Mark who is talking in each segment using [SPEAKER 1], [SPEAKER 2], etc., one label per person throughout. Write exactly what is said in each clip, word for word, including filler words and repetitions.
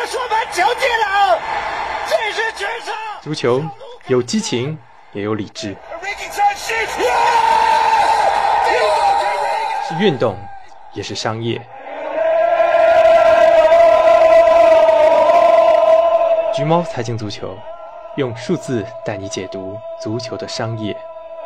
[SPEAKER 1] 说满球技了，这是全场。
[SPEAKER 2] 足球有激情，也有理智，是运动，也是商业。橘猫财经足球，用数字带你解读足球的商业。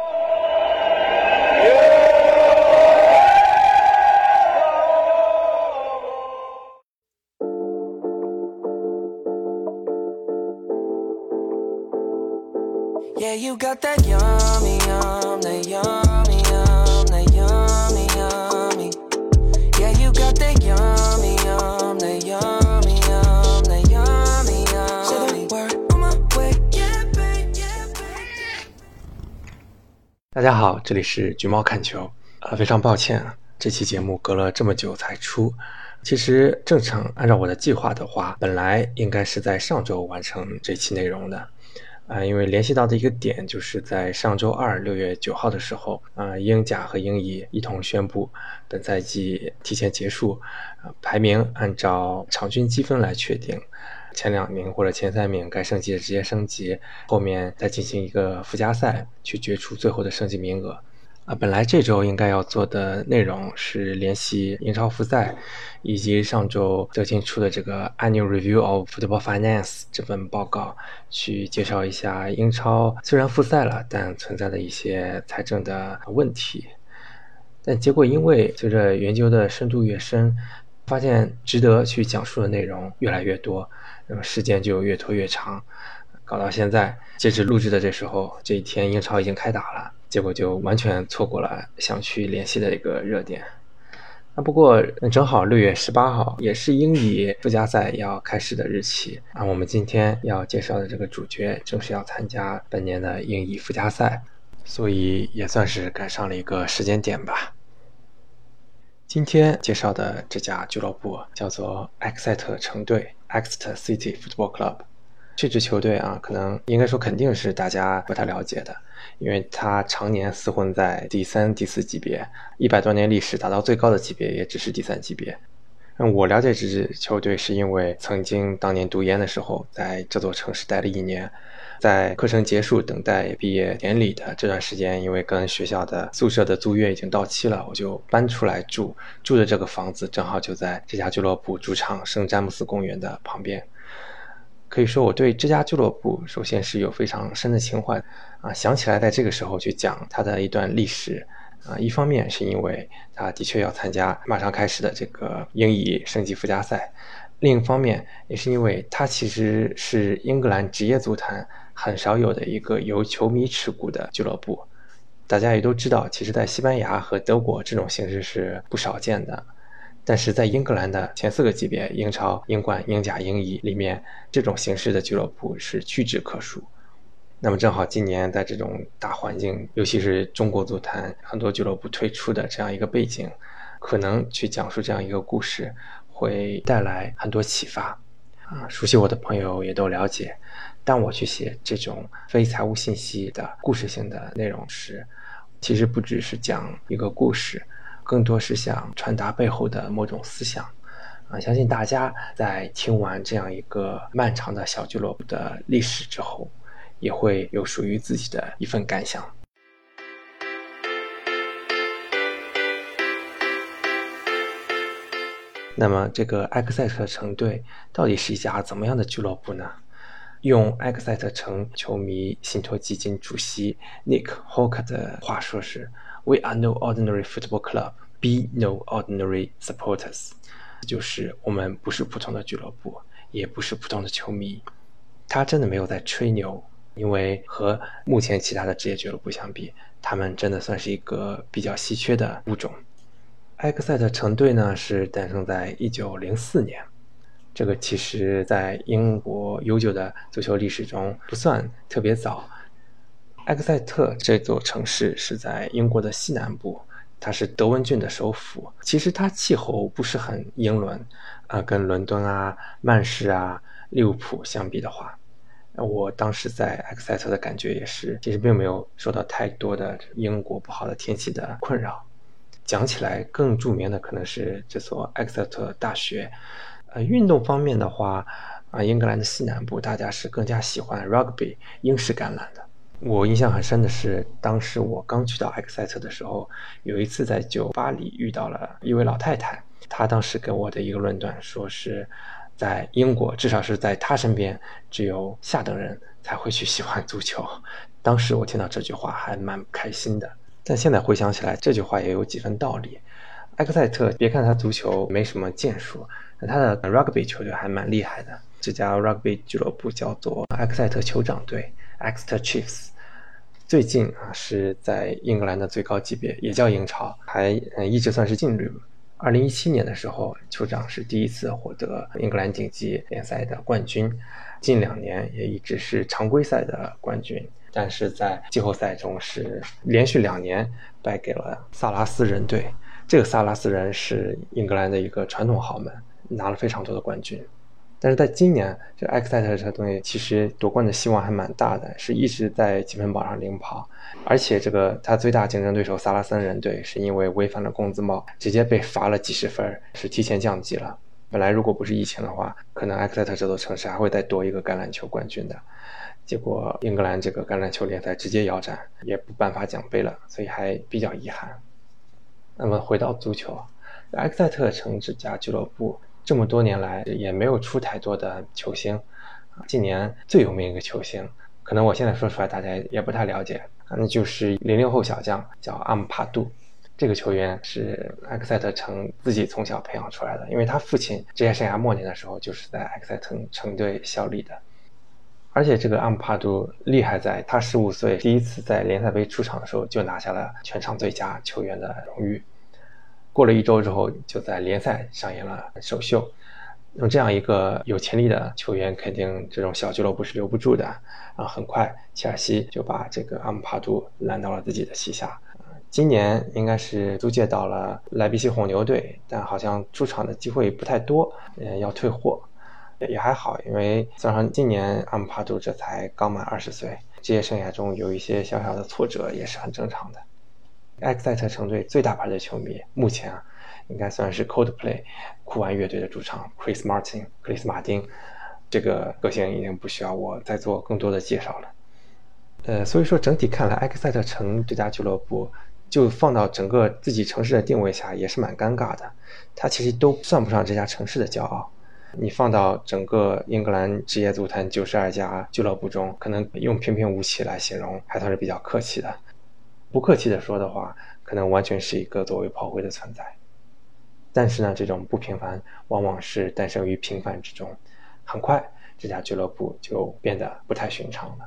[SPEAKER 3] Yeah, you got that yummy, yum, that yummy, yum, that yummy, yummy. Yeah, you got that yummy, yum, that yummy, yum, that yummy, yum. Say the word on my way, yeah, babe, yeah, babe.
[SPEAKER 2] 大家好，这里是橘猫看球。呃，非常抱歉，这期节目隔了这么久才出。其实正常按照我的计划的话，本来应该是在上周完成这期内容的。呃，因为联系到的一个点就是在上周二六月九号的时候，呃，英甲和英乙一同宣布本赛季提前结束，呃，排名按照场均积分来确定，前两名或者前三名该升级的直接升级，后面再进行一个附加赛去决出最后的升级名额。啊，本来这周应该要做的内容是联系英超复赛，以及上周德勤出的这个 Annual Review of Football Finance 这份报告，去介绍一下英超虽然复赛了，但存在的一些财政的问题。但结果因为随着研究的深度越深，发现值得去讲述的内容越来越多，那么时间就越拖越长，搞到现在截止录制的这时候，这一天英超已经开打了，结果就完全错过了想去联系的一个热点。那不过正好六月十八号也是英乙附加赛要开始的日期啊，我们今天要介绍的这个主角正是要参加本年的英乙附加赛，所以也算是赶上了一个时间点吧。今天介绍的这家俱乐部叫做埃克塞特城队 Exeter City Football Club。这支球队啊，可能应该说肯定是大家不太了解的，因为它常年厮混在第三、第四级别，一百多年历史达到最高的级别也只是第三级别。我了解这支球队是因为曾经当年读研的时候，在这座城市待了一年，在课程结束等待毕业典礼的这段时间，因为跟学校的宿舍的租约已经到期了，我就搬出来住，住的这个房子正好就在这家俱乐部主场圣詹姆斯公园的旁边。可以说我对这家俱乐部首先是有非常深的情怀啊，想起来在这个时候去讲它的一段历史啊，一方面是因为它的确要参加马上开始的这个英乙升级附加赛，另一方面也是因为它其实是英格兰职业足坛很少有的一个由球迷持股的俱乐部。大家也都知道，其实在西班牙和德国这种形式是不少见的，但是在英格兰的前四个级别，英超、英冠、英甲、英乙里面，这种形式的俱乐部是屈指可数。那么正好今年在这种大环境，尤其是中国足坛很多俱乐部退出的这样一个背景，可能去讲述这样一个故事会带来很多启发啊。熟悉我的朋友也都了解，当我去写这种非财务信息的故事性的内容时，其实不只是讲一个故事，更多是想传达背后的某种思想啊！相信大家在听完这样一个漫长的小俱乐部的历史之后，也会有属于自己的一份感想。那么这个埃克塞特城队到底是一家怎么样的俱乐部呢？用埃克塞特城球迷信托基金主席 Nick Hawk 的话说是 We are no ordinary football club, be no ordinary supporters， 就是我们不是普通的俱乐部，也不是普通的球迷。他真的没有在吹牛，因为和目前其他的职业俱乐部相比，他们真的算是一个比较稀缺的物种。埃克塞特城队呢是诞生在一九零四年，这个其实在英国悠久的足球历史中不算特别早。埃克塞特这座城市是在英国的西南部，它是德文郡的首府。其实它气候不是很英伦啊、呃，跟伦敦啊、曼市啊、利物浦相比的话，我当时在埃克塞特的感觉也是，其实并没有受到太多的英国不好的天气的困扰。讲起来更著名的可能是这所埃克塞特大学， 呃，运动方面的话，啊，英格兰的西南部大家是更加喜欢 rugby 英式橄榄的。我印象很深的是，当时我刚去到埃克塞特的时候，有一次在酒吧里遇到了一位老太太，她当时给我的一个论断说是在英国，至少是在她身边，只有下等人才会去喜欢足球。当时我听到这句话还蛮开心的，但现在回想起来，这句话也有几分道理。埃克塞特别看他足球没什么建树，但他的 rugby 球队还蛮厉害的。这家 rugby 俱乐部叫做埃克塞特酋长队 Exeter Chiefs， 最近啊是在英格兰的最高级别，也叫英超，还一直算是劲旅。二零一七年的时候，酋长是第一次获得英格兰顶级联赛的冠军，近两年也一直是常规赛的冠军，但是在季后赛中是连续两年败给了萨拉斯人队。这个萨拉斯人是英格兰的一个传统豪门，拿了非常多的冠军。但是在今年，这埃克塞特这队其实夺冠的希望还蛮大的，是一直在积分榜上领跑。而且这个他最大竞争对手萨拉森人队是因为违反了工资帽，直接被罚了几十分，是提前降级了。本来如果不是疫情的话，可能埃克塞特这座城市还会再夺一个橄榄球冠军的。结果英格兰这个橄榄球联赛直接腰斩，也不颁发奖杯了，所以还比较遗憾。那么回到足球，埃克塞特城这家俱乐部这么多年来也没有出太多的球星，今年最有名一个球星，可能我现在说出来大家也不太了解，那就是零零后小将叫阿姆帕杜。这个球员是埃克塞特城自己从小培养出来的，因为他父亲职业生涯末年的时候就是在埃克塞特城队效力的。而且这个阿姆帕杜厉害在他十五岁第一次在联赛杯出场的时候就拿下了全场最佳球员的荣誉，过了一周之后就在联赛上演了首秀。那么这样一个有潜力的球员，肯定这种小俱乐部是留不住的啊！很快切尔西就把这个阿姆帕杜揽到了自己的旗下。今年应该是租借到了莱比锡红牛队，但好像出场的机会不太多，嗯，要退货。也还好，因为虽然今年阿姆帕杜这才刚满二十岁，职业生涯中有一些小小的挫折也是很正常的。埃克塞特城队最大牌的球迷目前啊，应该算是 Coldplay 酷玩乐队的主唱 Chris Martin 克里斯马丁，这个个性已经不需要我再做更多的介绍了。呃，所以说整体看来，埃克塞特城这家俱乐部就放到整个自己城市的定位下也是蛮尴尬的，它其实都算不上这家城市的骄傲。你放到整个英格兰职业足坛九十二家俱乐部中，可能用平平无奇来形容还算是比较客气的。不客气的说的话，可能完全是一个作为炮灰的存在。但是呢，这种不平凡往往是诞生于平凡之中，很快这家俱乐部就变得不太寻常了。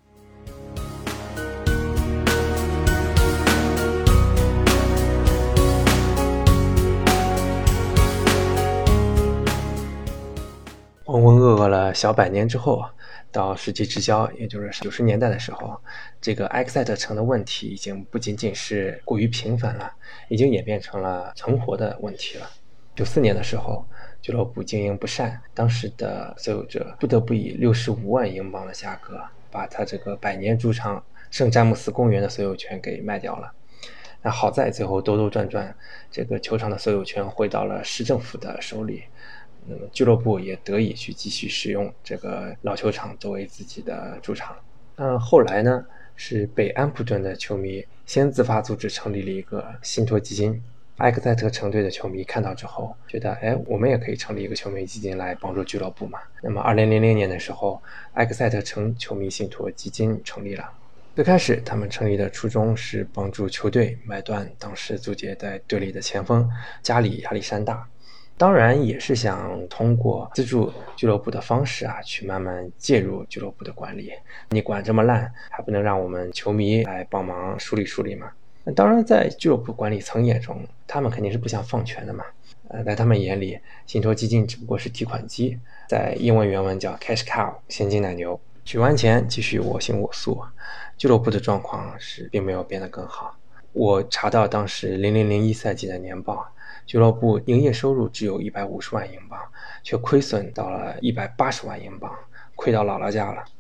[SPEAKER 2] 浑浑噩噩了小百年之后，到世纪之交，也就是九十年代的时候，这个埃克塞特城的问题已经不仅仅是过于频繁了，已经演变成了存活的问题了。九四年的时候，俱乐部经营不善，当时的所有者不得不以六十五万英镑的价格，把他这个百年主场圣詹姆斯公园的所有权给卖掉了。那好在最后兜兜转转，这个球场的所有权回到了市政府的手里。那么俱乐部也得以去继续使用这个老球场作为自己的主场。嗯，后来呢，是北安普顿的球迷先自发组织成立了一个信托基金。埃克塞特城队的球迷看到之后，觉得，哎，我们也可以成立一个球迷基金来帮助俱乐部嘛。那么，二零零零年的时候，埃克塞特城球迷信托基金成立了。最开始，他们成立的初衷是帮助球队买断当时租借在队里的前锋加里亚历山大。当然也是想通过资助俱乐部的方式啊，去慢慢介入俱乐部的管理。你管这么烂，还不能让我们球迷来帮忙梳理梳理吗？那当然，在俱乐部管理层眼中，他们肯定是不想放权的嘛。呃，在他们眼里，信托基金只不过是提款机，在英文原文叫 cash cow 现金奶牛，取完钱继续我行我素。俱乐部的状况是并没有变得更好。我查到当时零零零一赛季的年报，俱乐部营业收入只有一百五十万英镑，却亏损到了一百八十万英镑，亏到姥姥家了。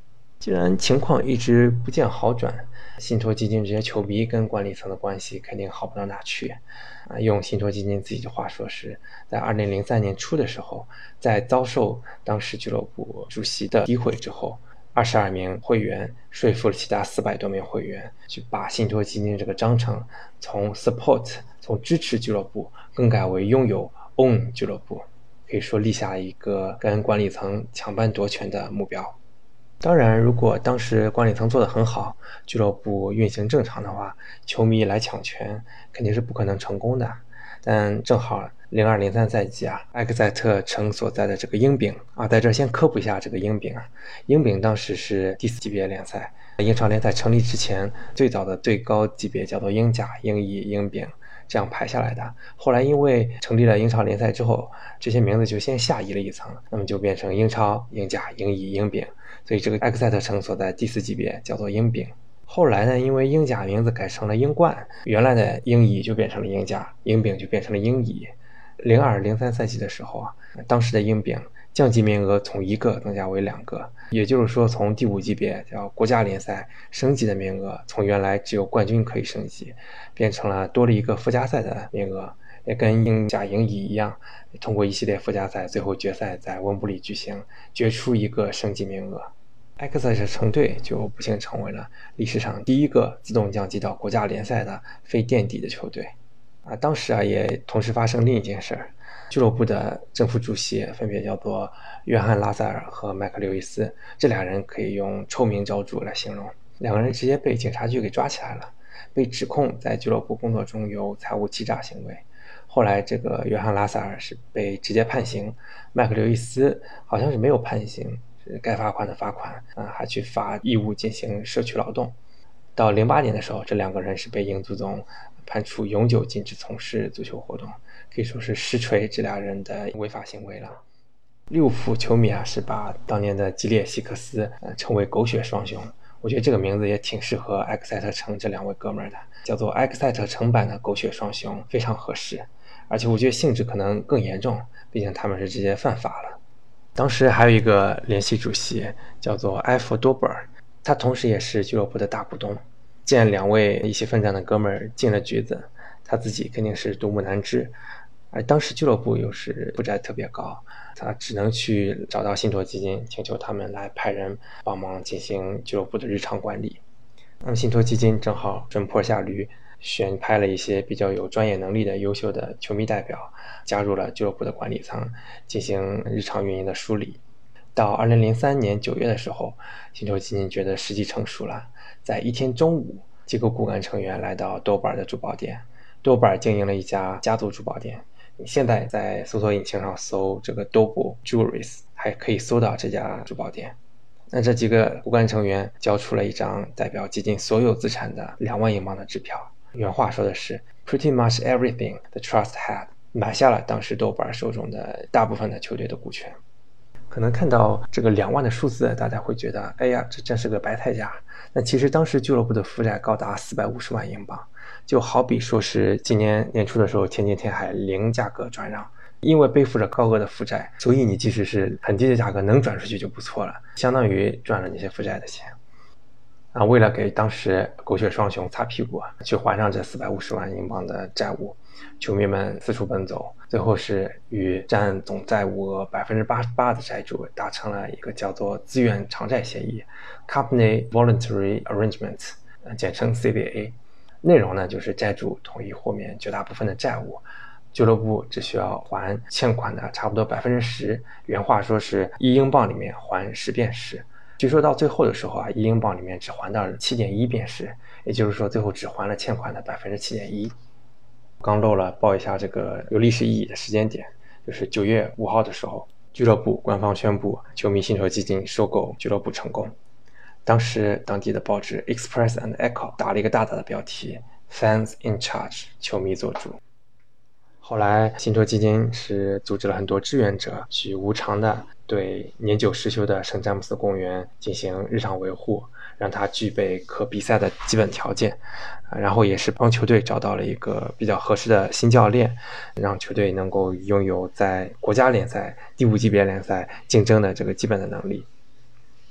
[SPEAKER 2] 既然情况一直不见好转，信托基金这些球迷跟管理层的关系肯定好不到哪去。啊，用信托基金自己的话说是，在二零零三年初的时候，在遭受当时俱乐部主席的诋毁之后，二十二名会员说服了其他四百多名会员，去把信托基金这个章程从 support 从支持俱乐部更改为拥有 own 俱乐部，可以说立下了一个跟管理层抢班夺权的目标。当然，如果当时管理层做得很好，俱乐部运行正常的话，球迷来抢权肯定是不可能成功的。但正好零二零三赛季啊，埃克塞特城所在的这个鹰饼啊，在这先科普一下这个鹰饼啊，鹰饼当时是第四级别联赛，英超联赛成立之前最早的最高级别叫做英甲、英乙、英丙这样排下来的。后来因为成立了英超联赛之后，这些名字就先下移了一层，那么就变成英超、英甲、英乙、英丙，所以这个埃克塞特城所在第四级别叫做鹰饼。后来呢，因为英甲名字改成了英冠，原来的英乙就变成了英甲，英丙就变成了英乙。零二零三赛季的时候啊，当时的英丙降级名额从一个增加为两个，也就是说从第五级别叫国家联赛升级的名额，从原来只有冠军可以升级，变成了多了一个附加赛的名额，也跟英甲、英乙一样，通过一系列附加赛，最后决赛在温布利举行，决出一个升级名额。埃克塞特城队就不幸成为了历史上第一个自动降级到国家联赛的非垫底的球队。啊，当时啊也同时发生另一件事儿，俱乐部的正副主席分别叫做约翰·拉塞尔和麦克·刘易斯，这俩人可以用臭名昭著来形容。两个人直接被警察局给抓起来了，被指控在俱乐部工作中有财务欺诈行为。后来这个约翰·拉塞尔是被直接判刑，麦克·刘易斯好像是没有判刑，是该罚款的罚款，啊，还去罚义务进行社区劳动。到零八年的时候，这两个人是被英足总判处永久禁止从事足球活动，可以说是实锤这俩人的违法行为了。利物浦球迷啊是把当年的吉列西克斯呃称为狗血双雄，我觉得这个名字也挺适合埃克塞特城这两位哥们儿的，叫做埃克塞特城版的狗血双雄，非常合适。而且我觉得性质可能更严重，毕竟他们是直接犯法了。当时还有一个联席主席叫做埃弗多伯尔，他同时也是俱乐部的大股东。见两位一起奋战的哥们儿进了局子，他自己肯定是独木难支，而当时俱乐部又是负债特别高，他只能去找到信托基金，请求他们来派人帮忙进行俱乐部的日常管理。那么信托基金正好顺坡下驴，选派了一些比较有专业能力的优秀的球迷代表，加入了俱乐部的管理层，进行日常运营的梳理。到二零零三年九月的时候，信托基金觉得时机成熟了，在一天中午，几个骨干成员来到多巴尔的珠宝店。多巴尔经营了一家家族珠宝店，你现在在搜索引擎上搜这个 Doble Jewelries 还可以搜到这家珠宝店。那这几个骨干成员交出了一张代表基金所有资产的两万英镑的支票，原话说的是 Pretty much everything the trust had， 买下了当时多巴尔手中的大部分的球队的股权。可能看到这个两万的数字，大家会觉得哎呀，这真是个白菜价。那其实当时俱乐部的负债高达四百五十万英镑，就好比说是今年年初的时候天津天海零价格转让，因为背负着高额的负债，所以你即使是很低的价格能转出去就不错了，相当于赚了那些负债的钱啊。为了给当时狗血双雄擦屁股，去还上这四百五十万英镑的债务，球迷们四处奔走，最后是与占总债务额 百分之八十八 的债主达成了一个叫做自愿偿债协议 Company Voluntary Arrangement， 简称 C V A。 内容呢就是债主同意豁免绝大部分的债务，俱乐部只需要还欠款的差不多 百分之十， 原话说是一英镑里面还十便士。据说到最后的时候啊，一英镑里面只还到了 七点一便士，也就是说最后只还了欠款的 百分之七点一。刚漏了报一下这个有历史意义的时间点，就是九月五号的时候，俱乐部官方宣布球迷信托基金收购俱乐部成功。当时当地的报纸 Express and Echo 打了一个大大的标题 Fans in Charge， 球迷做主。后来信托基金是组织了很多志愿者去无偿的对年久失修的圣詹姆斯公园进行日常维护，让它具备可比赛的基本条件，然后也是帮球队找到了一个比较合适的新教练，让球队能够拥有在国家联赛第五级别联赛竞争的这个基本的能力。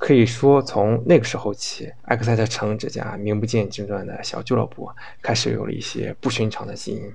[SPEAKER 2] 可以说从那个时候起，埃克塞特城这家名不见经传的小俱乐部开始有了一些不寻常的基因。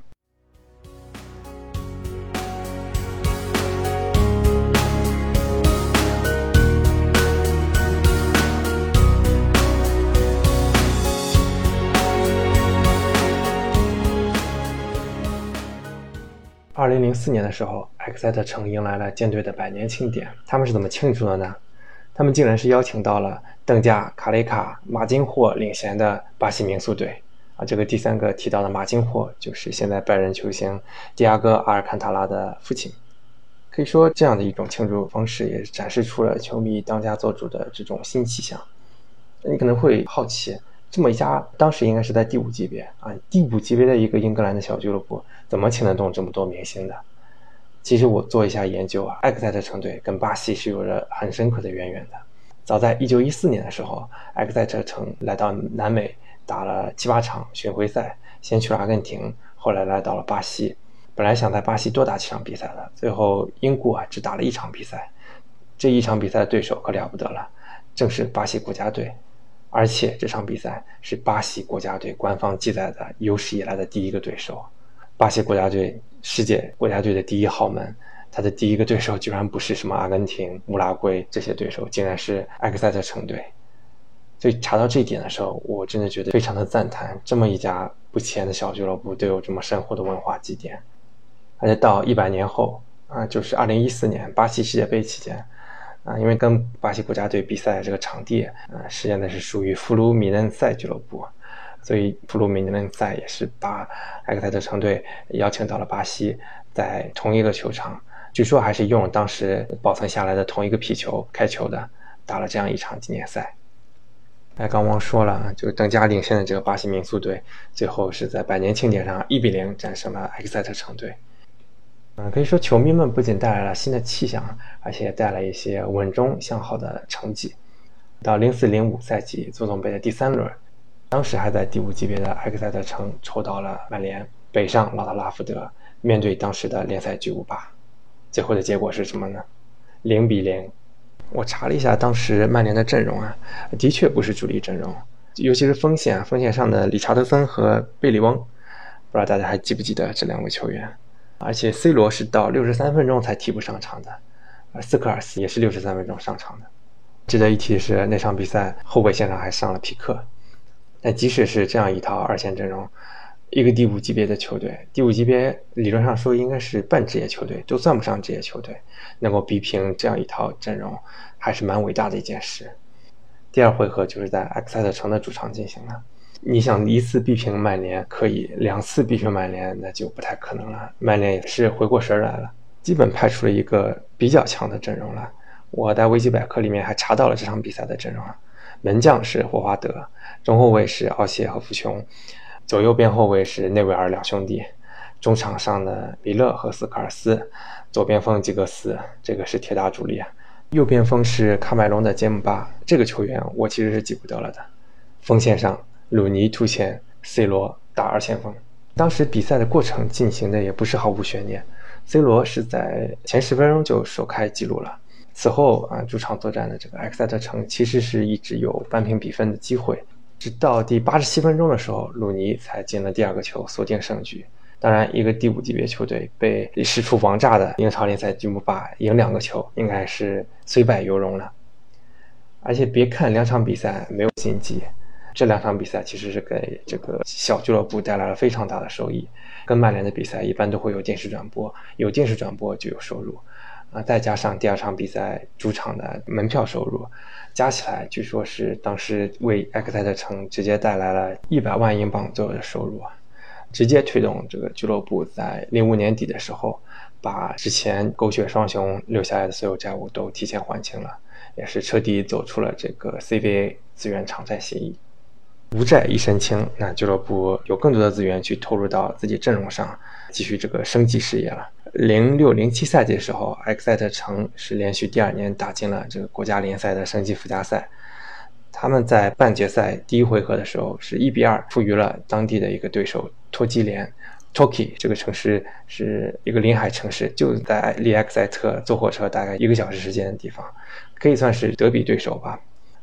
[SPEAKER 2] 二零零四年的时候，埃克塞特城迎来了舰队的百年庆典。他们是怎么庆祝的呢？他们竟然是邀请到了邓加、卡雷卡、马金霍领衔的巴西民宿队啊。这个第三个提到的马金霍就是现在拜仁球星迪亚哥·阿尔坎塔拉的父亲。可以说，这样的一种庆祝方式也展示出了球迷当家做主的这种新气象。你可能会好奇，这么一家当时应该是在第五级别啊，第五级别的一个英格兰的小俱乐部，怎么请得动这么多明星的？其实我做一下研究啊，埃克塞特城队跟巴西是有着很深刻的渊源的。早在一九一四年的时候，埃克塞特城来到南美打了七八场巡回赛，先去了阿根廷，后来来到了巴西。本来想在巴西多打几场比赛的，最后因故啊只打了一场比赛。这一场比赛的对手可了不得了，正是巴西国家队。而且这场比赛是巴西国家队官方记载的有史以来的第一个对手。巴西国家队，世界国家队的第一号门，他的第一个对手居然不是什么阿根廷、乌拉圭这些对手，竟然是埃克塞特城队。所以查到这一点的时候，我真的觉得非常的赞叹，这么一家不起眼的小俱乐部都有这么深厚的文化积淀。而且到一百年后啊，就是二零一四年巴西世界杯期间啊，因为跟巴西国家队比赛这个场地啊，实际上是属于弗鲁米嫩塞俱乐部，所以弗鲁米嫩塞也是把埃克塞特城队邀请到了巴西，在同一个球场，据说还是用了当时保存下来的同一个皮球开球的，打了这样一场纪念赛。哎，刚忘说了，就邓加领先的这个巴西民宿队，最后是在百年庆典上一比零战胜了埃克塞特城队。嗯，可以说球迷们不仅带来了新的气象，而且带来一些稳中向好的成绩。到零四零五赛季足总杯的第三轮，当时还在第五级别的埃克塞特城抽到了曼联，北上老特拉福德，面对当时的联赛巨无霸。最后的结果是什么呢？零比零。我查了一下当时曼联的阵容啊，的确不是主力阵容，尤其是锋线，锋线上的理查德森和贝里翁，不知道大家还记不记得这两位球员？而且 C 罗是到六十三分钟才替补上场的，而斯科尔斯也是六十三分钟上场的。值得一提的是，那场比赛后卫线上还上了皮克。但即使是这样一套二线阵容，一个第五级别的球队，第五级别理论上说应该是半职业球队，都算不上职业球队，能够逼平这样一套阵容，还是蛮伟大的一件事。第二回合就是在埃克塞特城的主场进行了。你想一次逼平曼联可以，两次逼平曼联那就不太可能了。曼联也是回过神来了，基本派出了一个比较强的阵容了。我在维基百科里面还查到了这场比赛的阵容，门将是霍华德，中后卫是奥谢和福琼，左右边后卫是内维尔两兄弟，中场上的米勒和斯科尔斯，左边锋吉格斯，这个是铁打主力啊。右边锋是喀麦隆的杰姆巴，这个球员我其实是记不得了的。锋线上鲁尼突前 ，C 罗打二前锋。当时比赛的过程进行的也不是毫无悬念 ，C 罗是在前十分钟就首开纪录了。此后啊，主场作战的这个埃克塞特城其实是一直有扳平比分的机会，直到第八十七分钟的时候，鲁尼才进了第二个球，锁定胜局。当然，一个第五级别球队被使出王炸的英超联赛巨无霸赢两个球，应该是虽败犹荣了。而且别看两场比赛没有晋级，这两场比赛其实是给这个小俱乐部带来了非常大的收益。跟曼联的比赛一般都会有电视转播，有电视转播就有收入啊，再加上第二场比赛主场的门票收入，加起来据说是当时为埃克塞特城直接带来了一百万英镑左右的收入啊，直接推动这个俱乐部在零五年底的时候，把之前狗血双雄留下来的所有债务都提前还清了，也是彻底走出了这个 C B A 资源偿债协议。无债一身轻，那俱乐部有更多的资源去投入到自己阵容上，继续这个升级事业了。零六零七赛季的时候，埃克塞特城是连续第二年打进了这个国家联赛的升级附加赛。他们在半决赛第一回合的时候是一比二负于了当地的一个对手托基连。托基这个城市是一个临海城市，就在离埃克塞特坐火车大概一个小时时间的地方，可以算是德比对手吧。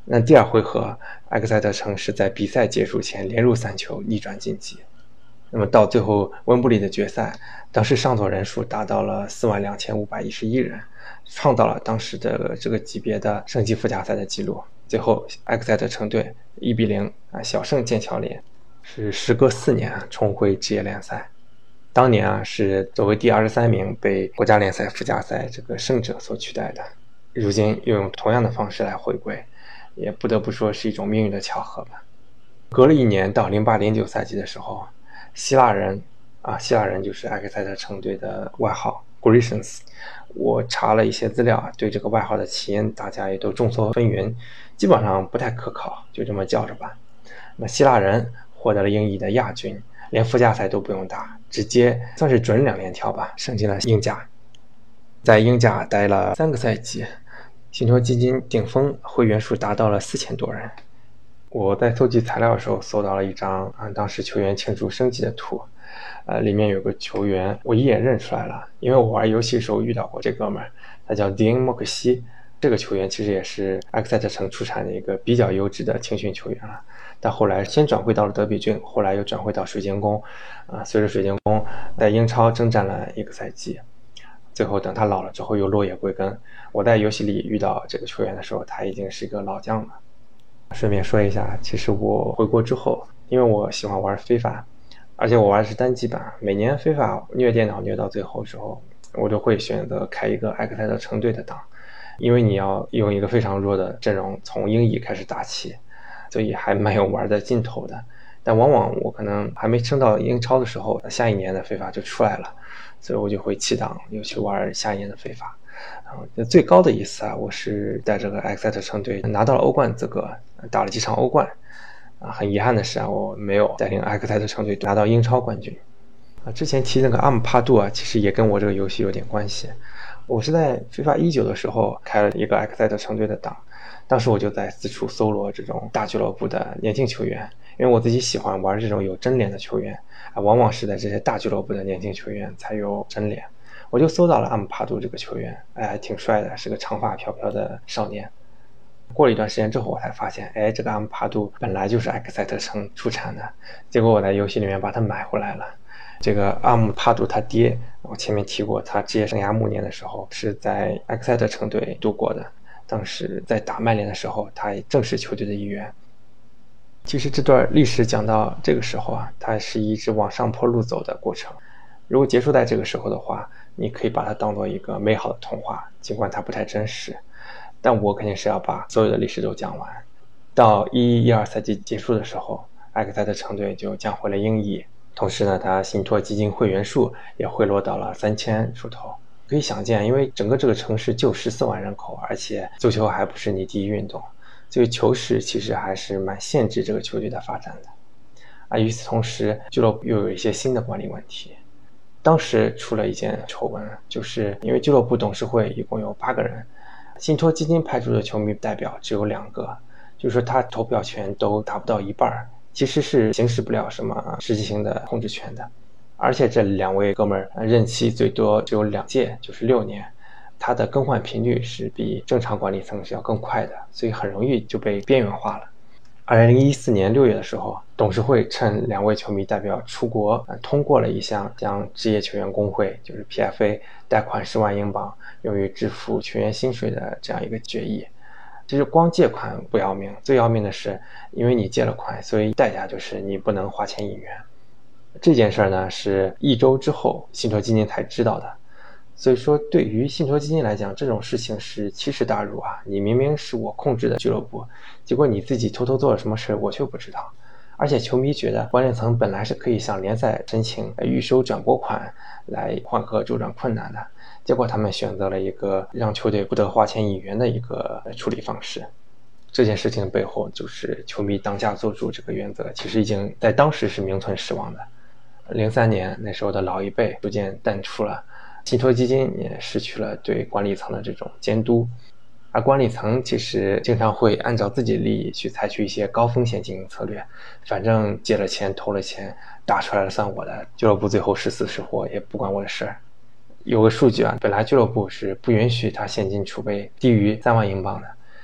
[SPEAKER 2] 那第二回合，埃克塞特城是在比赛结束前连入三球逆转晋级。那么到最后温布利的决赛，当时上座人数达到了四万两千五百一十一人，创造了当时的这个级别的升级附加赛的记录。最后埃克塞特城队一比零啊小胜剑桥联，是时隔四年重回职业联赛。当年啊是作为第二十三名被国家联赛附加赛这个胜者所取代的，如今又用同样的方式来回归，也不得不说是一种命运的巧合吧。隔了一年到零八零九赛季的时候，希腊人啊，希腊人就是埃克塞特城队的外号 Grecians。我查了一些资料，对这个外号的起因大家也都众说纷纭，基本上不太可靠，就这么叫着吧。那希腊人获得了英乙的亚军，连附加赛都不用打，直接算是准两连跳吧，升进了英甲。在英甲待了三个赛季，信托基金顶峰会员数达到了四千多人。我在搜集材料的时候搜到了一张啊，当时球员庆祝升级的图，呃，里面有个球员我一眼认出来了，因为我玩游戏的时候遇到过这哥们儿，他叫 Dean 莫克西。这个球员其实也是埃克塞特城出产的一个比较优质的青训球员了，但后来先转会到了德比郡，后来又转会到水晶宫，啊、呃，随着水晶宫在英超征战了一个赛季，最后等他老了之后又落叶归根。我在游戏里遇到这个球员的时候，他已经是一个老将了。顺便说一下，其实我回国之后，因为我喜欢玩非法，而且我玩的是单机版，每年非法虐电脑虐到最后的时候，我就会选择开一个埃克塞特城队的档，因为你要用一个非常弱的阵容从英乙开始打起，所以还蛮有玩的劲头的。但往往我可能还没升到英超的时候，下一年的非法就出来了，所以我就会弃档，又去玩下一年的非法。嗯、最高的一次啊，我是带这个埃克塞特城队拿到了欧冠资格，打了几场欧冠。啊，很遗憾的是啊，我没有带领埃克塞特城队拿到英超冠军。啊，之前提那个阿姆帕杜啊，其实也跟我这个游戏有点关系。我是在非法一九的时候开了一个埃克塞特城队的档，当时我就在四处搜罗这种大俱乐部的年轻球员，因为我自己喜欢玩这种有真脸的球员啊，往往是在这些大俱乐部的年轻球员才有真脸。我就搜到了阿姆帕杜这个球员，哎，还挺帅的，是个长发飘飘的少年。过了一段时间之后，我才发现，哎，这个阿姆帕杜本来就是埃克塞特城出产的，结果我在游戏里面把它买回来了。这个阿姆帕杜他爹，我前面提过，他职业生涯暮年的时候是在埃克塞特城队度过的，当时在打曼联的时候，他也正是球队的一员。其实这段历史讲到这个时候啊，它是一直往上坡路走的过程。如果结束在这个时候的话，你可以把它当做一个美好的童话，尽管它不太真实。但我肯定是要把所有的历史都讲完。到一一一二赛季结束的时候，埃克塞特城队就降回了英乙，同时呢，他信托基金会员数也回落到了三千出头。可以想见，因为整个这个城市就十四万人口，而且足球还不是你第一运动，所以球市其实还是蛮限制这个球队的发展的。啊，与此同时，俱乐部又有一些新的管理问题。当时出了一件丑闻，就是因为俱乐部董事会一共有八个人，信托基金派出的球迷代表只有两个，就是说他投票权都达不到一半，其实是行使不了什么实际性的控制权的。而且这两位哥们儿任期最多只有两届，就是六年，他的更换频率是比正常管理层是要更快的，所以很容易就被边缘化了。二零一四年六月的时候，董事会趁两位球迷代表出国，呃、通过了一项将职业球员工会，就是 P F A 贷款十万英镑用于支付球员薪水的这样一个决议。其实光借款不要命，最要命的是因为你借了款，所以代价就是你不能花钱引援。这件事呢是一周之后信托基金才知道的，所以说对于信托基金来讲，这种事情是奇耻大辱啊！你明明是我控制的俱乐部，结果你自己偷偷做了什么事我却不知道。而且球迷觉得管理层本来是可以向联赛申请预收转拨款来缓和周转困难的，结果他们选择了一个让球队不得花钱引援的一个处理方式。这件事情背后就是球迷当家作主这个原则，其实已经在当时是名存实亡的。零三年那时候的老一辈逐渐淡出了，信托基金也失去了对管理层的这种监督，而管理层其实经常会按照自己的利益去采取一些高风险经营策略，反正借了钱投了钱，打出来了算我的，俱乐部最后是死是活也不关我的事儿。有个数据啊，本来俱乐部是不允许他现金储备低于三万英镑的，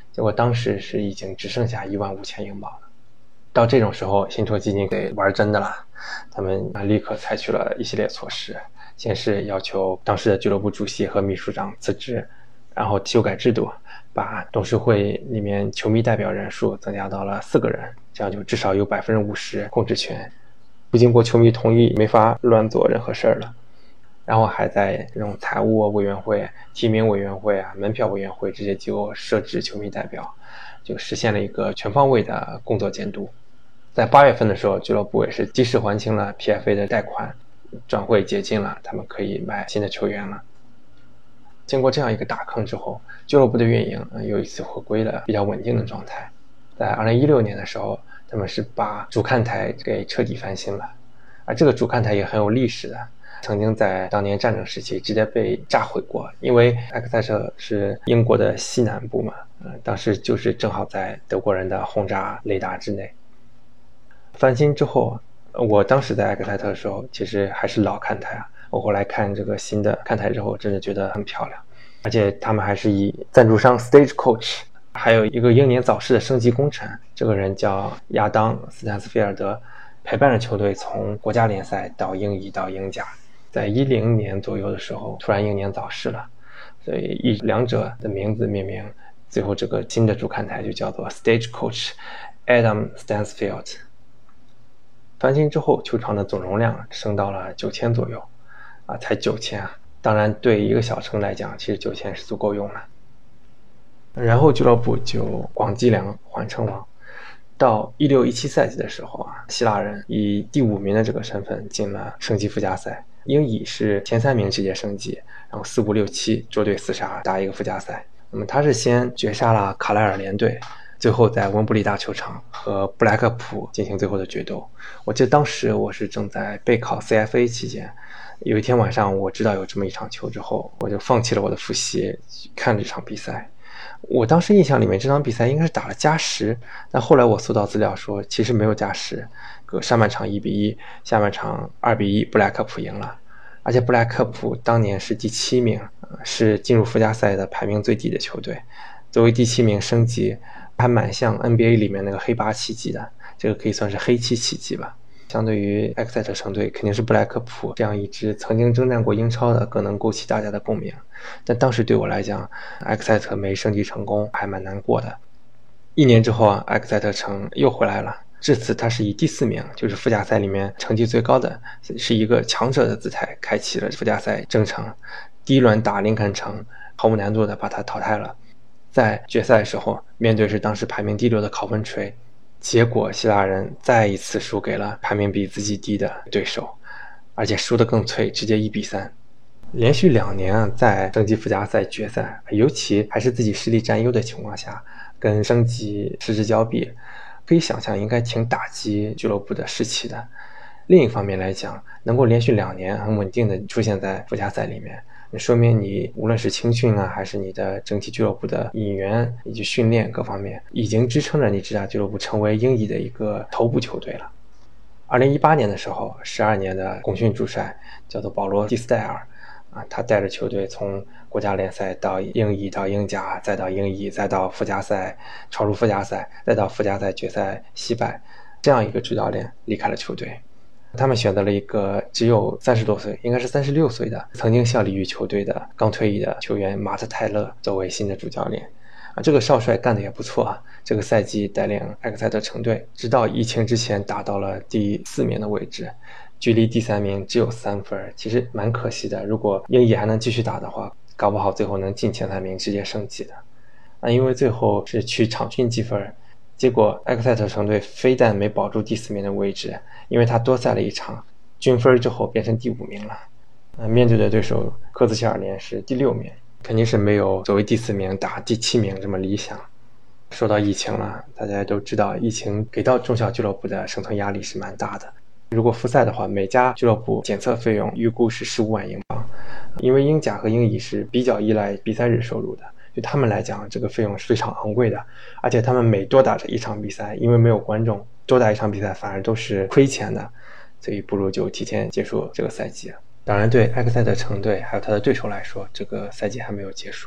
[SPEAKER 2] 结果当时是已经只剩下一万五千英镑了。到这种时候，薪酬基金得玩真的了，他们立刻采取了一系列措施，先是要求当时的俱乐部主席和秘书长辞职，然后修改制度，把董事会里面球迷代表人数增加到了四个人，这样就至少有 百分之五十 控制权，不经过球迷同意没法乱做任何事儿了。然后还在这种财务委员会、提名委员会啊、门票委员会这些机构设置球迷代表，就实现了一个全方位的工作监督。在八月份的时候，俱乐部也是及时还清了 P F A 的贷款，转会解禁了，他们可以买新的球员了。经过这样一个大坑之后，俱乐部的运营又一次回归了比较稳定的状态。在二零一六年的时候，他们是把主看台给彻底翻新了，而这个主看台也很有历史的，曾经在当年战争时期直接被炸毁过，因为埃克塞特是英国的西南部嘛，呃，当时就是正好在德国人的轰炸雷达之内。翻新之后，我当时在埃克塞特的时候其实还是老看台啊，我后来看这个新的看台之后真的觉得很漂亮，而且他们还是以赞助商 Stagecoach， 还有一个英年早逝的升级功臣，这个人叫亚当·斯坦斯菲尔德，陪伴着球队从国家联赛到英乙到英甲，在一零年左右的时候突然英年早逝了，所以以两者的名字命名，最后这个新的主看台就叫做 Stagecoach Adam Stansfield。翻新之后，球场的总容量升到了九千左右啊，才九千啊！当然，对一个小城来讲，其实九千是足够用了。然后俱乐部就广积粮，缓称王。到一六一七赛季的时候啊，希腊人以第五名的这个身份进了升级附加赛，英乙是前三名直接升级，然后四五六七捉对厮杀打一个附加赛。那么他是先绝杀了卡莱尔联队，最后在温布利大球场和布莱克普进行最后的决斗。我记得当时我是正在备考 C F A 期间，有一天晚上我知道有这么一场球之后，我就放弃了我的复习，看这场比赛。我当时印象里面这场比赛应该是打了加时，但后来我搜到资料说其实没有加时，上半场一比一，下半场二比一，布莱克普赢了。而且布莱克普当年是第七名，是进入附加赛的排名最低的球队，作为第七名升级还蛮像 N B A 里面那个黑八奇迹的，这个可以算是黑七奇迹吧。相对于埃克塞特城队，肯定是布莱克普这样一支曾经征战过英超的更能勾起大家的共鸣。但当时对我来讲，埃克塞特没升级成功还蛮难过的。一年之后啊，埃克塞特城又回来了，至此他是以第四名，就是附加赛里面成绩最高的，是一个强者的姿态开启了附加赛征程。第一轮打林肯城，毫无难度的把他淘汰了。在决赛的时候，面对是当时排名第六的考文垂，结果希腊人再一次输给了排名比自己低的对手，而且输得更脆，直接一比三。连续两年啊，在升级附加赛决赛，尤其还是自己实力占优的情况下，跟升级失之交臂，可以想象应该挺打击俱乐部的士气的。另一方面来讲，能够连续两年很稳定的出现在附加赛里面，说明你无论是青训啊，还是你的整体俱乐部的引援以及训练各方面，已经支撑着你这家俱乐部成为英乙的一个头部球队了。二零一八年的时候，十二年的功勋主帅叫做保罗·蒂斯戴尔啊，他带着球队从国家联赛到英乙到英甲，再到英乙，再到附加赛超入附加赛，再到附加赛决赛惜败，这样一个主教练离开了球队。他们选择了一个只有三十多岁，应该是三十六岁的，曾经效力于球队的刚退役的球员马特泰勒作为新的主教练。啊，这个少帅干得也不错啊，这个赛季带领埃克塞特城队直到疫情之前打到了第四名的位置，距离第三名只有三分，其实蛮可惜的。如果英乙还能继续打的话，搞不好最后能进前三名直接升级的。啊，因为最后是取场均积分，结果埃克塞特城队非但没保住第四名的位置，因为他多赛了一场，均分之后变成第五名了。呃，面对的对手科兹切尔联是第六名，肯定是没有作为第四名打第七名这么理想。说到疫情了，大家都知道疫情给到中小俱乐部的生存压力是蛮大的。如果复赛的话，每家俱乐部检测费用预估是十五万英镑，因为英甲和英乙是比较依赖比赛日收入的，对他们来讲这个费用是非常昂贵的，而且他们每多打这一场比赛，因为没有观众，多打一场比赛反而都是亏钱的，所以不如就提前结束这个赛季了。当然对埃克塞特城队还有他的对手来说，这个赛季还没有结束，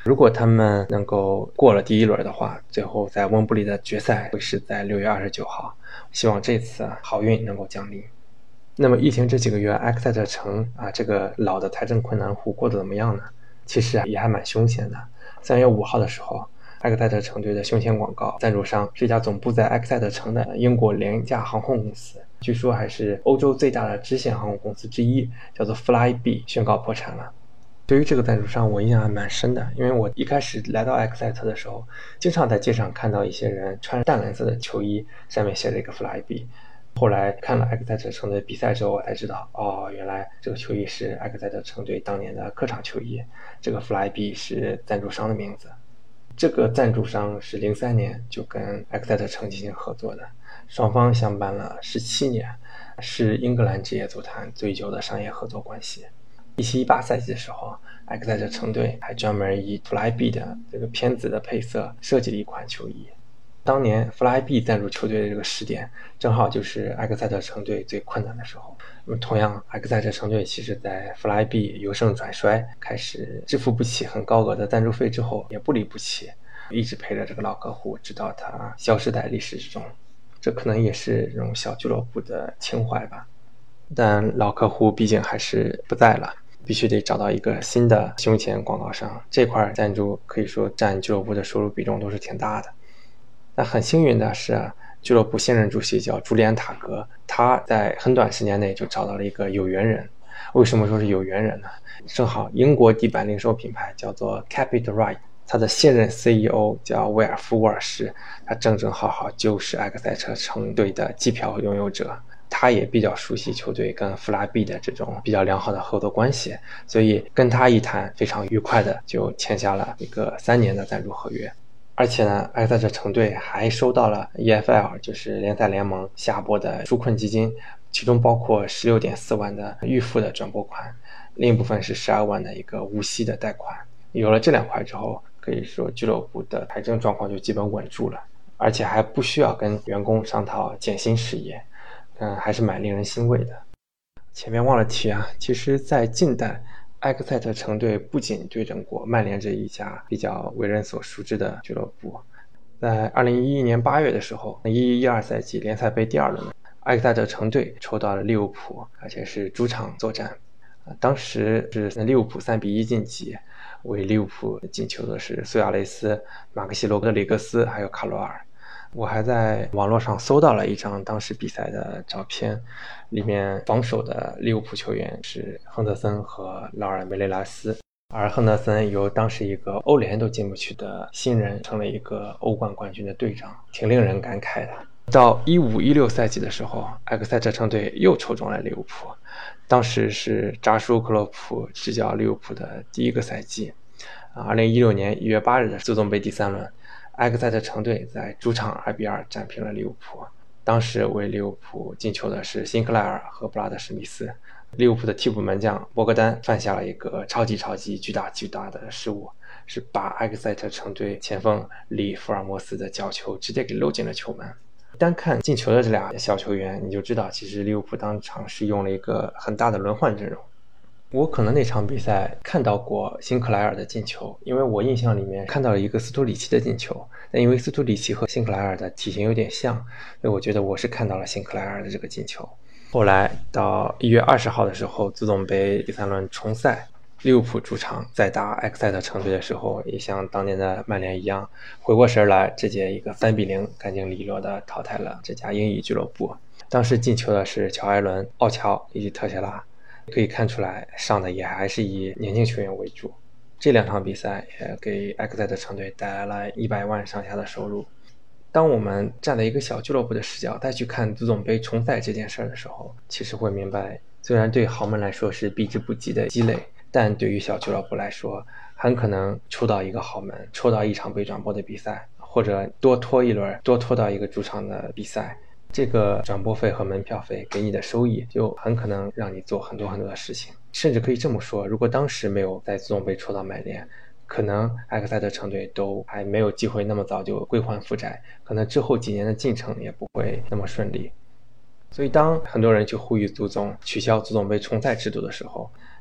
[SPEAKER 2] 如果他们能够过了第一轮的话，最后在温布利的决赛会是在六月二十九号。希望这次好运能够降临。那么疫情这几个月，埃克塞特城啊这个老的财政困难户过得怎么样呢？其实啊也还蛮凶险的。三月五号的时候，埃克塞特城队的胸前广告赞助商是一家总部在埃克塞特城的英国廉价航空公司，据说还是欧洲最大的支线航空公司之一，叫做 Flybe， 宣告破产了。对于这个赞助商我印象还蛮深的，因为我一开始来到埃克塞特的时候，经常在街上看到一些人穿淡蓝色的球衣，上面写了一个 Flybe。后来看了埃克塞特城队比赛之后，我才知道，哦，原来这个球衣是埃克塞特城队当年的客场球衣，这个 Flybe 是赞助商的名字。这个赞助商是零三年就跟埃克塞特城进行合作的，双方相伴了十七年，是英格兰职业足坛最久的商业合作关系。一七一八赛季的时候，埃克塞特城队还专门以 Flybe 的这个片子的配色设计了一款球衣。当年 Flybe 赞助球队的这个时点，正好就是埃克塞特城队最困难的时候。那么同样，埃克塞特城队其实在 Flybe 由盛转衰，开始支付不起很高额的赞助费之后，也不离不弃，一直陪着这个老客户，直到他消失在历史之中。这可能也是这种小俱乐部的情怀吧。但老客户毕竟还是不在了，必须得找到一个新的胸前广告商，这块赞助可以说占俱乐部的收入比重都是挺大的。那很幸运的是，俱乐部现任主席叫朱利安·塔格，他在很短时间内就找到了一个有缘人。为什么说是有缘人呢？正好英国地板零售品牌叫做 Capital Right， 他的现任 C E O 叫威尔夫·沃尔什，他正正好好就是埃克塞特城队的机票拥有者。他也比较熟悉球队跟弗拉比的这种比较良好的合作关系，所以跟他一谈，非常愉快的就签下了一个三年的赞助合约。而且呢，埃克塞特城队还收到了 E F L， 就是联赛联盟下拨的纾困基金，其中包括 十六点四万的预付的转拨款，另一部分是十二万的一个无息的贷款。有了这两块之后，可以说俱乐部的财政状况就基本稳住了，而且还不需要跟员工商讨减薪事宜。嗯，还是蛮令人欣慰的。前面忘了提啊，其实在近代，埃克塞特城队不仅对阵过曼联这一家比较为人所熟知的俱乐部，在二零一一年八月的时候，一一一二赛季联赛杯第二轮，埃克塞特城队抽到了利物浦，而且是主场作战。当时是利物浦三比一晋级，为利物浦进球的是苏亚雷斯、马克西罗德里格斯还有卡罗尔。我还在网络上搜到了一张当时比赛的照片，里面防守的利物浦球员是亨德森和劳尔梅雷拉斯，而亨德森由当时一个欧联都进不去的新人成了一个欧冠冠军的队长，挺令人感慨的。到一五一六赛季的时候，埃克塞特城队又抽中了利物浦，当时是扎舒克洛普执教利物浦的第一个赛季。二零一六年一月八日的足总杯第三轮，埃克塞特城队在主场二比二战平了利物浦。当时为利物浦进球的是辛克莱尔和布拉德史密斯。利物浦的替补门将博格丹犯下了一个超级超级巨大巨大的失误，是把埃克塞特城队前锋里福尔摩斯的角球直接给漏进了球门。单看进球的这俩小球员，你就知道其实利物浦当场是用了一个很大的轮换阵容。我可能那场比赛看到过辛克莱尔的进球，因为我印象里面看到了一个斯图里奇的进球，但因为斯图里奇和辛克莱尔的体型有点像，所以我觉得我是看到了辛克莱尔的这个进球。后来到一月二十号的时候，足总杯第三轮重赛，利物浦主场在打埃克塞特城队的时候，也像当年的曼联一样，回过神来，直接一个三比零干净利落的淘汰了这家英乙俱乐部。当时进球的是乔埃伦、奥乔以及特谢拉，可以看出来上的也还是以年轻球员为主。这两场比赛也给埃克塞特城队带来了一百万上下的收入。当我们站在一个小俱乐部的视角再去看足总杯重赛这件事的时候，其实会明白，虽然对豪门来说是避之不及的积累，但对于小俱乐部来说，很可能抽到一个豪门，抽到一场被转播的比赛，或者多拖一轮，多拖到一个主场的比赛，这个转播费和门票费给你的收益就很可能让你做很多很多的事情。甚至可以这么说，如果当时没有在足总杯抽到曼联，可能埃克塞特城队都还没有机会那么早就归还负债，可能之后几年的进程也不会那么顺利。所以当很多人去呼吁足总取消足总杯重赛制度的时候，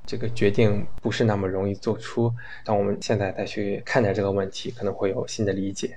[SPEAKER 2] 这个决定不是那么容易做出。当我们现在再去看待这个问题，可能会有新的理解。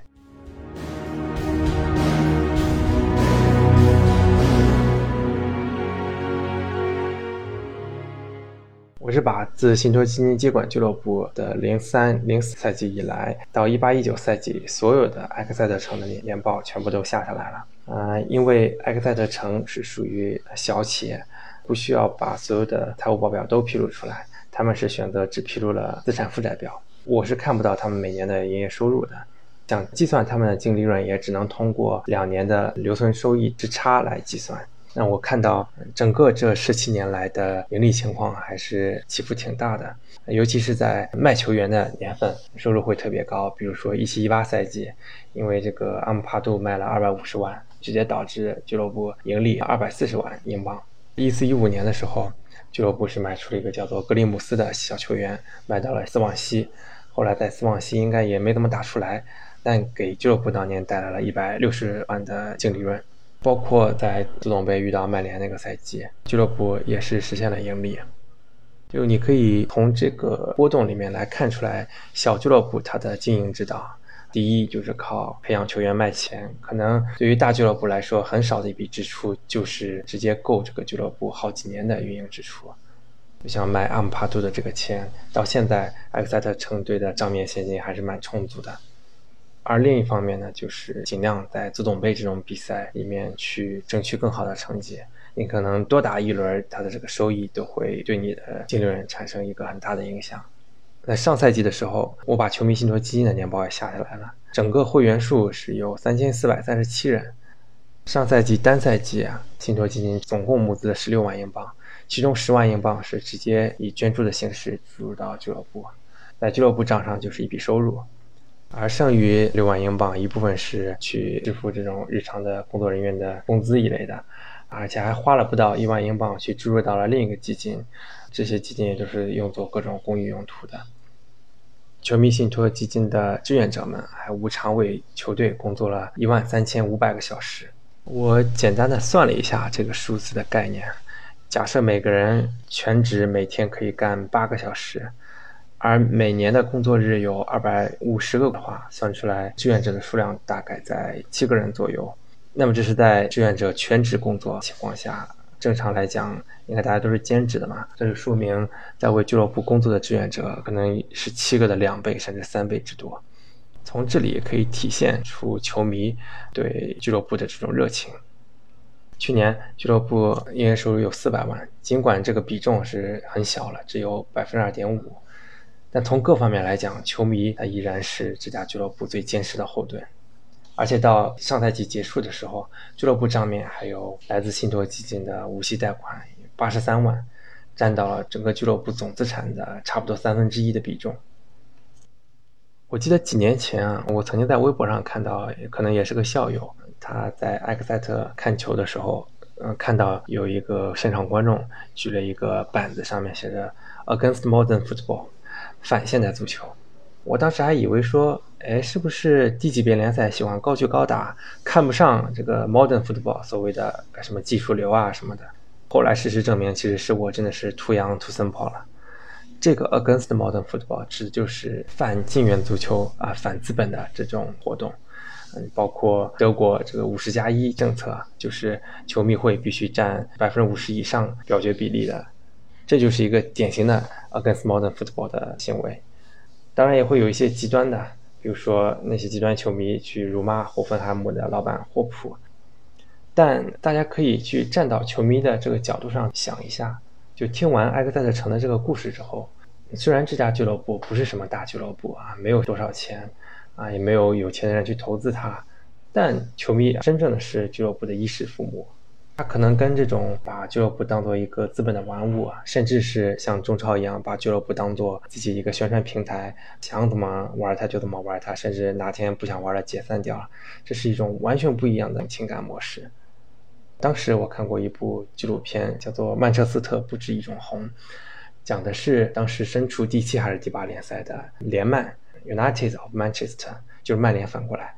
[SPEAKER 2] 我是把自信托基金接管俱乐部的零三零四赛季以来到一八一九赛季所有的埃克塞特城的年报全部都下下来了。呃，因为埃克塞特城是属于小企业，不需要把所有的财务报表都披露出来，他们是选择只披露了资产负债表。我是看不到他们每年的营业收入的，想计算他们的净利润也只能通过两年的留存收益之差来计算。那我看到整个这十七年来的盈利情况还是起伏挺大的，尤其是在卖球员的年份，收入会特别高。比如说一七一八赛季，因为这个阿姆帕杜卖了二百五十万，直接导致俱乐部盈利二百四十万英镑。一四一五年的时候，俱乐部是卖出了一个叫做格林姆斯的小球员，卖到了斯旺西，后来在斯旺西应该也没怎么打出来，但给俱乐部当年带来了一百六十万的净利润。包括在足总杯遇到曼联那个赛季，俱乐部也是实现了盈利。就你可以从这个波动里面来看出来，小俱乐部它的经营之道，第一就是靠培养球员卖钱，可能对于大俱乐部来说很少的一笔支出就是直接够这个俱乐部好几年的运营支出。就像卖阿姆帕杜的这个钱，到现在埃克塞特城队的账面现金还是蛮充足的。而另一方面呢，就是尽量在足总杯这种比赛里面去争取更好的成绩。你可能多打一轮，它的这个收益都会对你的净利润产生一个很大的影响。在上赛季的时候，我把球迷信托基金的年报也下下来了，整个会员数是有三千四百三十七人。上赛季单赛季啊，信托基金总共募资了十六万英镑，其中十万英镑是直接以捐助的形式注入到俱乐部，在俱乐部账上就是一笔收入。而剩余六万英镑，一部分是去支付这种日常的工作人员的工资一类的，而且还花了不到一万英镑去注入到了另一个基金，这些基金也就是用作各种公益用途的。球迷信托基金的志愿者们还无偿为球队工作了一万三千五百个小时。我简单的算了一下这个数字的概念，假设每个人全职每天可以干八个小时，而每年的工作日有二百五十个的话，算出来志愿者的数量大概在七个人左右。那么这是在志愿者全职工作情况下，正常来讲应该大家都是兼职的嘛，这就说明在为俱乐部工作的志愿者可能是七个的两倍甚至三倍之多。从这里也可以体现出球迷对俱乐部的这种热情。去年俱乐部营业收入有四百万，尽管这个比重是很小了，只有 百分之二点五，但从各方面来讲，球迷他依然是这家俱乐部最坚实的后盾。而且到上赛季结束的时候，俱乐部账面还有来自信托基金的无息贷款八十三万，占到了整个俱乐部总资产的差不多三分之一的比重。我记得几年前啊，我曾经在微博上看到，可能也是个校友，他在埃克塞特看球的时候，嗯、呃，看到有一个现场观众举了一个板子，上面写着 Against Modern Football， 反现代足球。我当时还以为说，哎，是不是低级别联赛喜欢高举高打，看不上这个 Modern Football 所谓的什么技术流啊什么的。后来事实证明，其实是我真的是 too young too simple 了。这个 Against Modern Football 指的就是反近缘足球啊，反资本的这种活动。嗯，包括德国这个五十加一政策，就是球迷会必须占百分之五十以上表决比例的，这就是一个典型的 Against Modern Football 的行为。当然也会有一些极端的，比如说那些极端球迷去辱骂霍芬海姆的老板霍普。但大家可以去站到球迷的这个角度上想一下，就听完埃克塞特城的这个故事之后，虽然这家俱乐部不是什么大俱乐部啊，没有多少钱啊，也没有有钱的人去投资它，但球迷真正的是俱乐部的衣食父母。他可能跟这种把俱乐部当做一个资本的玩物啊，甚至是像中超一样把俱乐部当做自己一个宣传平台，想怎么玩它就怎么玩它，甚至哪天不想玩了解散掉了，这是一种完全不一样的情感模式。当时我看过一部纪录片，叫做《曼彻斯特不止一种红》，讲的是当时身处第七还是第八联赛的联曼 United of Manchester， 就是曼联反过来，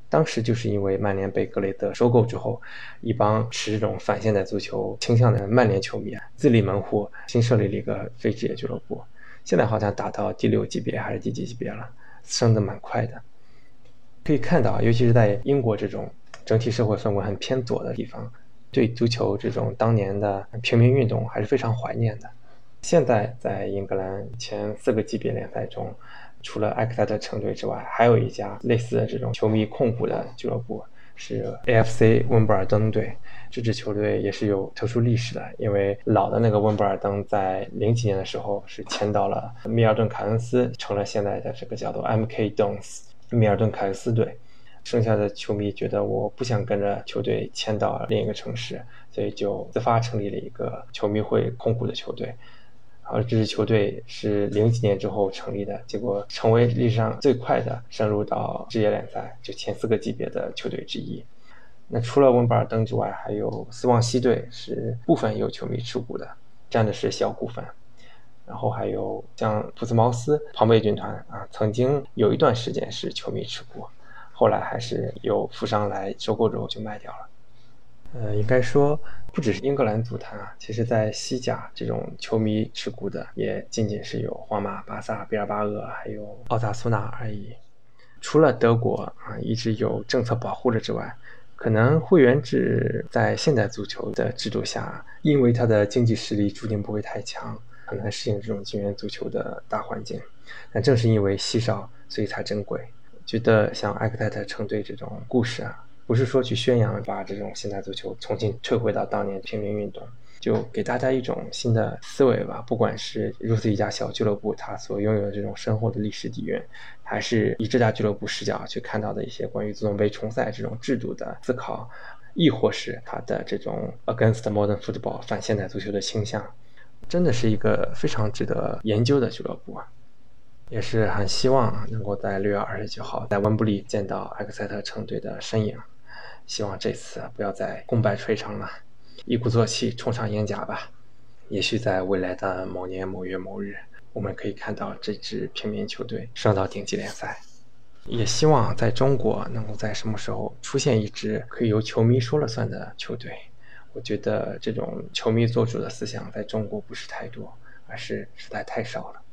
[SPEAKER 2] 当时就是因为曼联被格雷泽收购之后，一帮持这种反现代足球倾向的曼联球迷自立门户，新设立了一个非职业俱乐部。现在好像打到第六级别还是第几级别了，升得蛮快的。可以看到，尤其是在英国这种整体社会氛围很偏左的地方，对足球这种当年的平民运动还是非常怀念的。现在在英格兰前四个级别联赛中，除了埃克塞特城队之外，还有一家类似的这种球迷控股的俱乐部，是 A F C 温布尔登队。这支球队也是有特殊历史的，因为老的那个温布尔登在零几年的时候是迁到了密尔顿凯恩斯，成了现在的这个叫做 M K Dons 密尔顿凯恩斯队。剩下的球迷觉得我不想跟着球队迁到另一个城市，所以就自发成立了一个球迷会控股的球队。而这支球队是零几年之后成立的，结果成为历史上最快的升入到职业联赛就前四个级别的球队之一。那除了温布尔登之外，还有斯旺西队是部分有球迷持股的，占的是小股份。然后还有像普斯茅斯、庞贝军团啊，曾经有一段时间是球迷持股，后来还是有富商来收购之后就卖掉了。呃，应该说不只是英格兰足坛啊，其实在西甲这种球迷持股的也仅仅是有皇马、巴萨、毕尔巴鄂还有奥萨苏纳而已。除了德国啊一直有政策保护了之外，可能会员制在现代足球的制度下，因为它的经济实力注定不会太强，很难适应这种金元足球的大环境。但正是因为稀少，所以才珍贵。觉得像埃克塞特城队这种故事啊，不是说去宣扬把这种现代足球重新退回到当年平民运动，就给大家一种新的思维吧。不管是如此一家小俱乐部它所拥有的这种深厚的历史底蕴，还是以这家俱乐部视角去看到的一些关于足总杯重赛这种制度的思考，亦或是它的这种 against modern football 反现代足球的倾向，真的是一个非常值得研究的俱乐部啊。也是很希望能够在六月二十九号在温布利见到埃克塞特城队的身影。希望这次不要再功败垂成了，一鼓作气冲上英甲吧。也许在未来的某年某月某日，我们可以看到这支平民球队升到顶级联赛。也希望在中国能够在什么时候出现一支可以由球迷说了算的球队。我觉得这种球迷做主的思想在中国不是太多，而是实在太少了。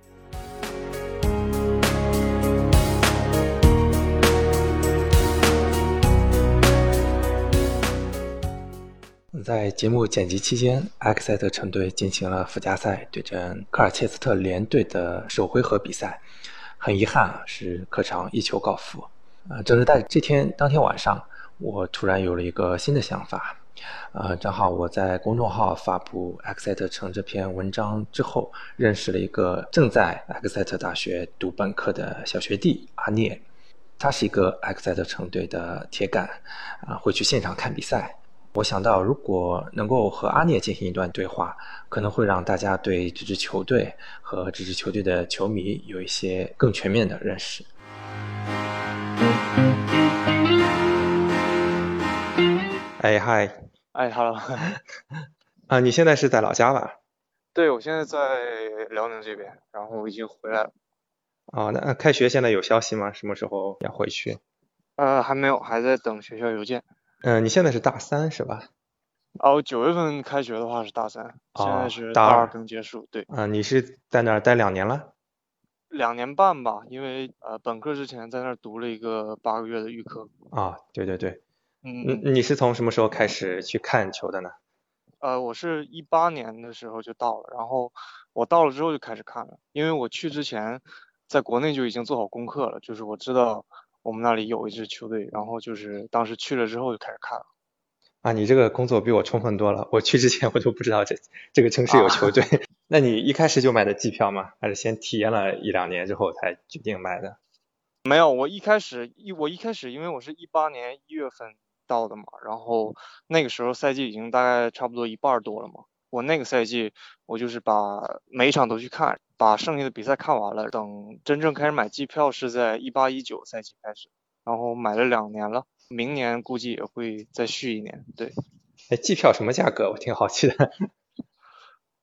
[SPEAKER 2] 在节目剪辑期间，埃克塞特城队进行了附加赛对阵科尔切斯特联队的首回合比赛，很遗憾是客场一球告负。呃，正是在这天当天晚上，我突然有了一个新的想法。呃，正好我在公众号发布埃克塞特城这篇文章之后，认识了一个正在埃克塞特大学读本科的小学弟阿聂，他是一个埃克塞特城队的铁杆，啊、呃，会去现场看比赛。我想到如果能够和阿聂进行一段对话，可能会让大家对这支球队和这支球队的球迷有一些更全面的认识。哎嗨，
[SPEAKER 4] 哎 ，Hello，
[SPEAKER 2] 啊，你现在是在老家吧？
[SPEAKER 4] 对，我现在在辽宁这边，然后已经回来了。
[SPEAKER 2] 哦，那开学现在有消息吗？什么时候要回去？
[SPEAKER 4] 呃，还没有，还在等学校邮件。
[SPEAKER 2] 嗯、呃，你现在是大三是吧？
[SPEAKER 4] 哦，九月份开学的话是大三，
[SPEAKER 2] 哦、
[SPEAKER 4] 现在是
[SPEAKER 2] 大二
[SPEAKER 4] 刚结束。对。
[SPEAKER 2] 啊、呃，你是在那儿待两年了？
[SPEAKER 4] 两年半吧，因为呃本科之前在那儿读了一个八个月的预科。
[SPEAKER 2] 啊，对对对。
[SPEAKER 4] 嗯，
[SPEAKER 2] 你是从什么时候开始去看球的呢？
[SPEAKER 4] 呃，我是一八年的时候就到了，然后我到了之后就开始看了，因为我去之前在国内就已经做好功课了，就是我知道我们那里有一支球队，然后就是当时去了之后就开始看了。
[SPEAKER 2] 啊，你这个工作比我充分多了，我去之前我都不知道这这个城市有球队。啊、那你一开始就买的机票吗？还是先体验了一两年之后才决定买的？
[SPEAKER 4] 没有，我一开始一我一开始因为我是一八年一月份到的嘛，然后那个时候赛季已经大概差不多一半多了嘛。我那个赛季我就是把每一场都去看，把剩下的比赛看完了，等真正开始买机票是在一八一九赛季开始，然后买了两年了，明年估计也会再续一年。对。
[SPEAKER 2] 哎，机票什么价格？我挺好奇的。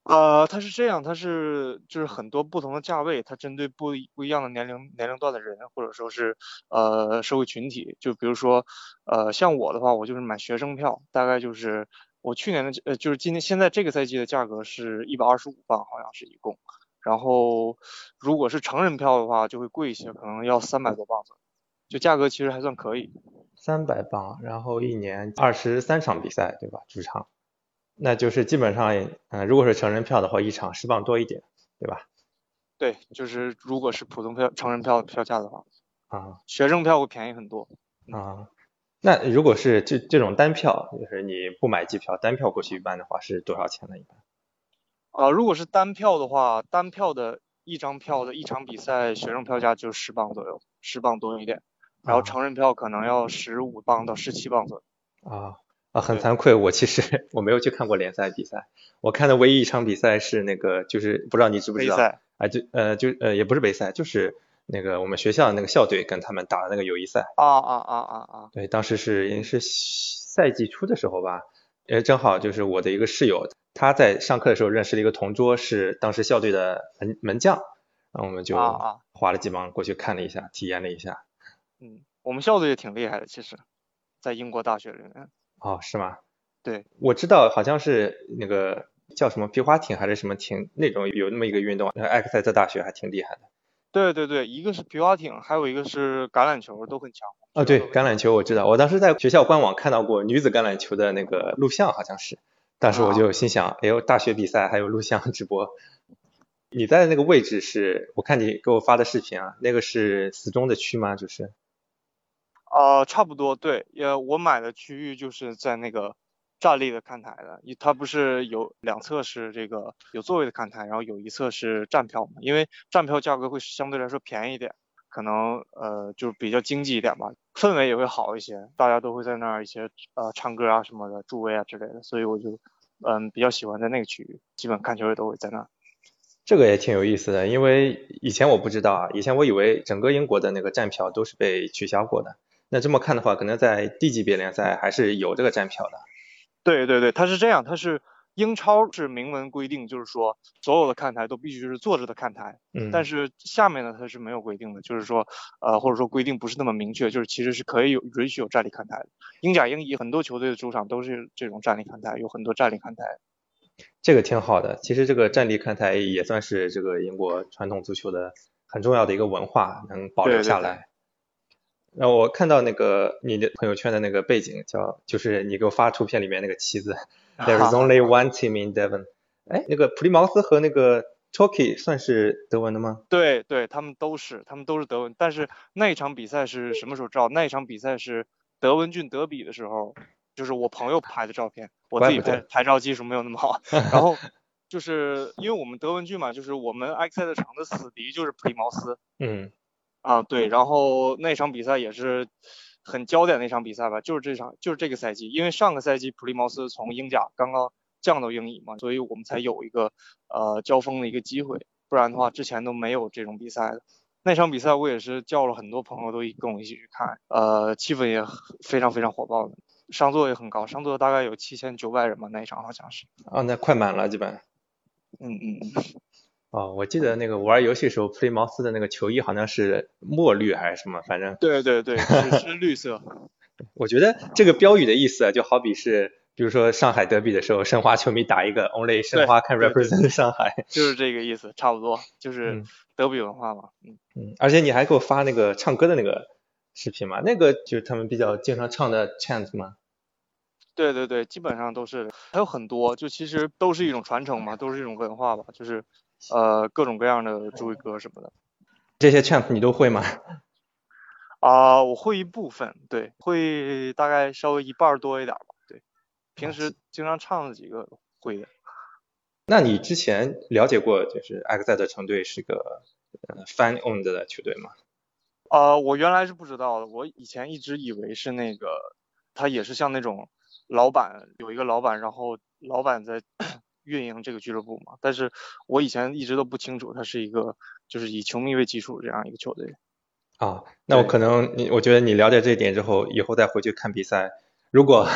[SPEAKER 4] 呃，它是这样，它是就是很多不同的价位，它针对不一不一样的年龄年龄段的人，或者说是呃社会群体。就比如说，呃，像我的话，我就是买学生票，大概就是我去年的呃就是今年现在这个赛季的价格是一百二十五磅，好像是一共。然后如果是成人票的话，就会贵一些，可能要三百多磅左右，就价格其实还算可以。
[SPEAKER 2] 三百磅，然后一年二十三场比赛，对吧？主场，那就是基本上，嗯、如果是成人票的话，一场十磅多一点，对吧？
[SPEAKER 4] 对，就是如果是普通票成人票票价的话，
[SPEAKER 2] 啊
[SPEAKER 4] 学生票会便宜很多。
[SPEAKER 2] 啊，那如果是这这种单票，就是你不买机票，单票过去一般的话是多少钱呢？一般？
[SPEAKER 4] 啊、如果是单票的话，单票的一张票的一场比赛，学生票价就十磅左右，十磅多一点。然后
[SPEAKER 2] 啊
[SPEAKER 4] 成人票可能要十五磅到十七磅左右。
[SPEAKER 2] 啊啊，很
[SPEAKER 4] 对，
[SPEAKER 2] 惭愧，我其实我没有去看过联赛比赛，我看的唯一一场比赛是那个，就是不知道你知不知道，
[SPEAKER 4] 杯赛。
[SPEAKER 2] 啊，就呃就呃也不是杯赛，就是那个我们学校那个校队跟他们打的那个友谊赛。
[SPEAKER 4] 啊啊啊啊啊！
[SPEAKER 2] 对，当时是应该是赛季初的时候吧，呃，正好就是我的一个室友，他在上课的时候认识了一个同桌，是当时校队的门门将，然后我们就
[SPEAKER 4] 啊啊，
[SPEAKER 2] 花了几磅过去看了一下，体验了一下。
[SPEAKER 4] 嗯，我们校队也挺厉害的，其实，在英国大学里面。
[SPEAKER 2] 哦，是吗？
[SPEAKER 4] 对，
[SPEAKER 2] 我知道好像是那个叫什么皮划艇还是什么艇那种有那么一个运动，那埃克塞特大学还挺厉害的。
[SPEAKER 4] 对对对，一个是皮划艇，还有一个是橄榄球，都很强，
[SPEAKER 2] 哦，对，
[SPEAKER 4] 学校都很强。
[SPEAKER 2] 橄榄球我知道，我当时在学校官网看到过女子橄榄球的那个录像，好像是，当时我
[SPEAKER 4] 啊，
[SPEAKER 2] 就心想，哎呦，大学比赛还有录像直播。你在的那个位置是，我看你给我发的视频啊，那个是死忠的区吗？就是，
[SPEAKER 4] 呃，差不多，对，也我买的区域就是在那个站立的看台的，一它不是有两侧是这个有座位的看台，然后有一侧是站票嘛，因为站票价格会相对来说便宜一点，可能呃就是比较经济一点吧，氛围也会好一些，大家都会在那儿一些呃唱歌啊什么的，助威啊之类的，所以我就嗯比较喜欢在那个区域，基本看球也都会在那儿。
[SPEAKER 2] 这个也挺有意思的，因为以前我不知道啊，以前我以为整个英国的那个站票都是被取消过的。那这么看的话，可能在低级别联赛还是有这个站票的。
[SPEAKER 4] 对对对，它是这样，它是英超是明文规定，就是说所有的看台都必须是坐着的看台，但
[SPEAKER 2] 嗯，
[SPEAKER 4] 是下面呢它是没有规定的，就是说呃或者说规定不是那么明确，就是其实是可以有允许有站立看台的。英甲、英乙很多球队的主场都是这种站立看台，有很多站立看台。
[SPEAKER 2] 这个挺好的。其实这个站立看台也算是这个英国传统足球的很重要的一个文化，能保留
[SPEAKER 4] 对对对，
[SPEAKER 2] 下来。然后我看到那个你的朋友圈的那个背景叫，就是你给我发图片里面那个旗子，There is
[SPEAKER 4] 哈哈
[SPEAKER 2] only
[SPEAKER 4] 哈。
[SPEAKER 2] one team in Devon。哎，那个普利茅斯和那个 Torquay 算是德文的吗？
[SPEAKER 4] 对对，他们都是，他们都是德文，但是那一场比赛是什么时候照？那一场比赛是德文郡德比的时候，就是我朋友拍的照片，我自己拍
[SPEAKER 2] 怪不得。
[SPEAKER 4] 拍照技术没有那么好。然后就是因为我们德文郡嘛，就是我们埃克塞特城的死敌就是普利茅斯
[SPEAKER 2] 嗯，
[SPEAKER 4] 啊，对，然后那场比赛也是很焦点的一场比赛吧，就是这场，就是这个赛季，因为上个赛季普利茅斯从英甲刚刚降到英乙嘛，所以我们才有一个呃交锋的一个机会。不然的话之前都没有这种比赛的。那场比赛我也是叫了很多朋友都跟我一起去看，呃，气氛也非常非常火爆的，上座也很高，上座大概有七千九百人吧，那一场好像是。
[SPEAKER 2] 哦，那快满了基本。
[SPEAKER 4] 嗯嗯嗯，
[SPEAKER 2] 哦，我记得那个玩游戏的时候，普利茅斯的那个球衣好像是墨绿还是什么，反正
[SPEAKER 4] 对对对，是是绿色。
[SPEAKER 2] 我觉得这个标语的意思啊，就好比是，比如说上海德比的时候，申花球迷打一个 Only 申
[SPEAKER 4] 对
[SPEAKER 2] 花 can
[SPEAKER 4] 对对
[SPEAKER 2] represent 上海。
[SPEAKER 4] 就是这个意思，差不多，就是
[SPEAKER 2] 嗯
[SPEAKER 4] 德比文化嘛。嗯，
[SPEAKER 2] 嗯，而且你还给我发那个唱歌的那个视频嘛，那个就是他们比较经常唱的 chant 嘛。
[SPEAKER 4] 对对对，基本上都是，还有很多，就其实都是一种传承嘛，都是一种文化吧，就是呃各种各样的助威歌什么的。
[SPEAKER 2] 这些 chant 你都会吗？
[SPEAKER 4] 啊、我会一部分，对，会大概稍微一半儿多一点儿吧，对，平时经常唱的几个会的。
[SPEAKER 2] 那你之前了解过，就是埃克塞特城队是个呃 fan owned 的球队吗？
[SPEAKER 4] 啊、我原来是不知道的，我以前一直以为是那个，他也是像那种老板有一个老板，然后老板在运营这个俱乐部嘛，但是我以前一直都不清楚，他是一个就是以球迷为基础的这样一个球队。
[SPEAKER 2] 啊，那我
[SPEAKER 4] 对，
[SPEAKER 2] 可能你，我觉得你了解这一点之后，以后再回去看比赛，如果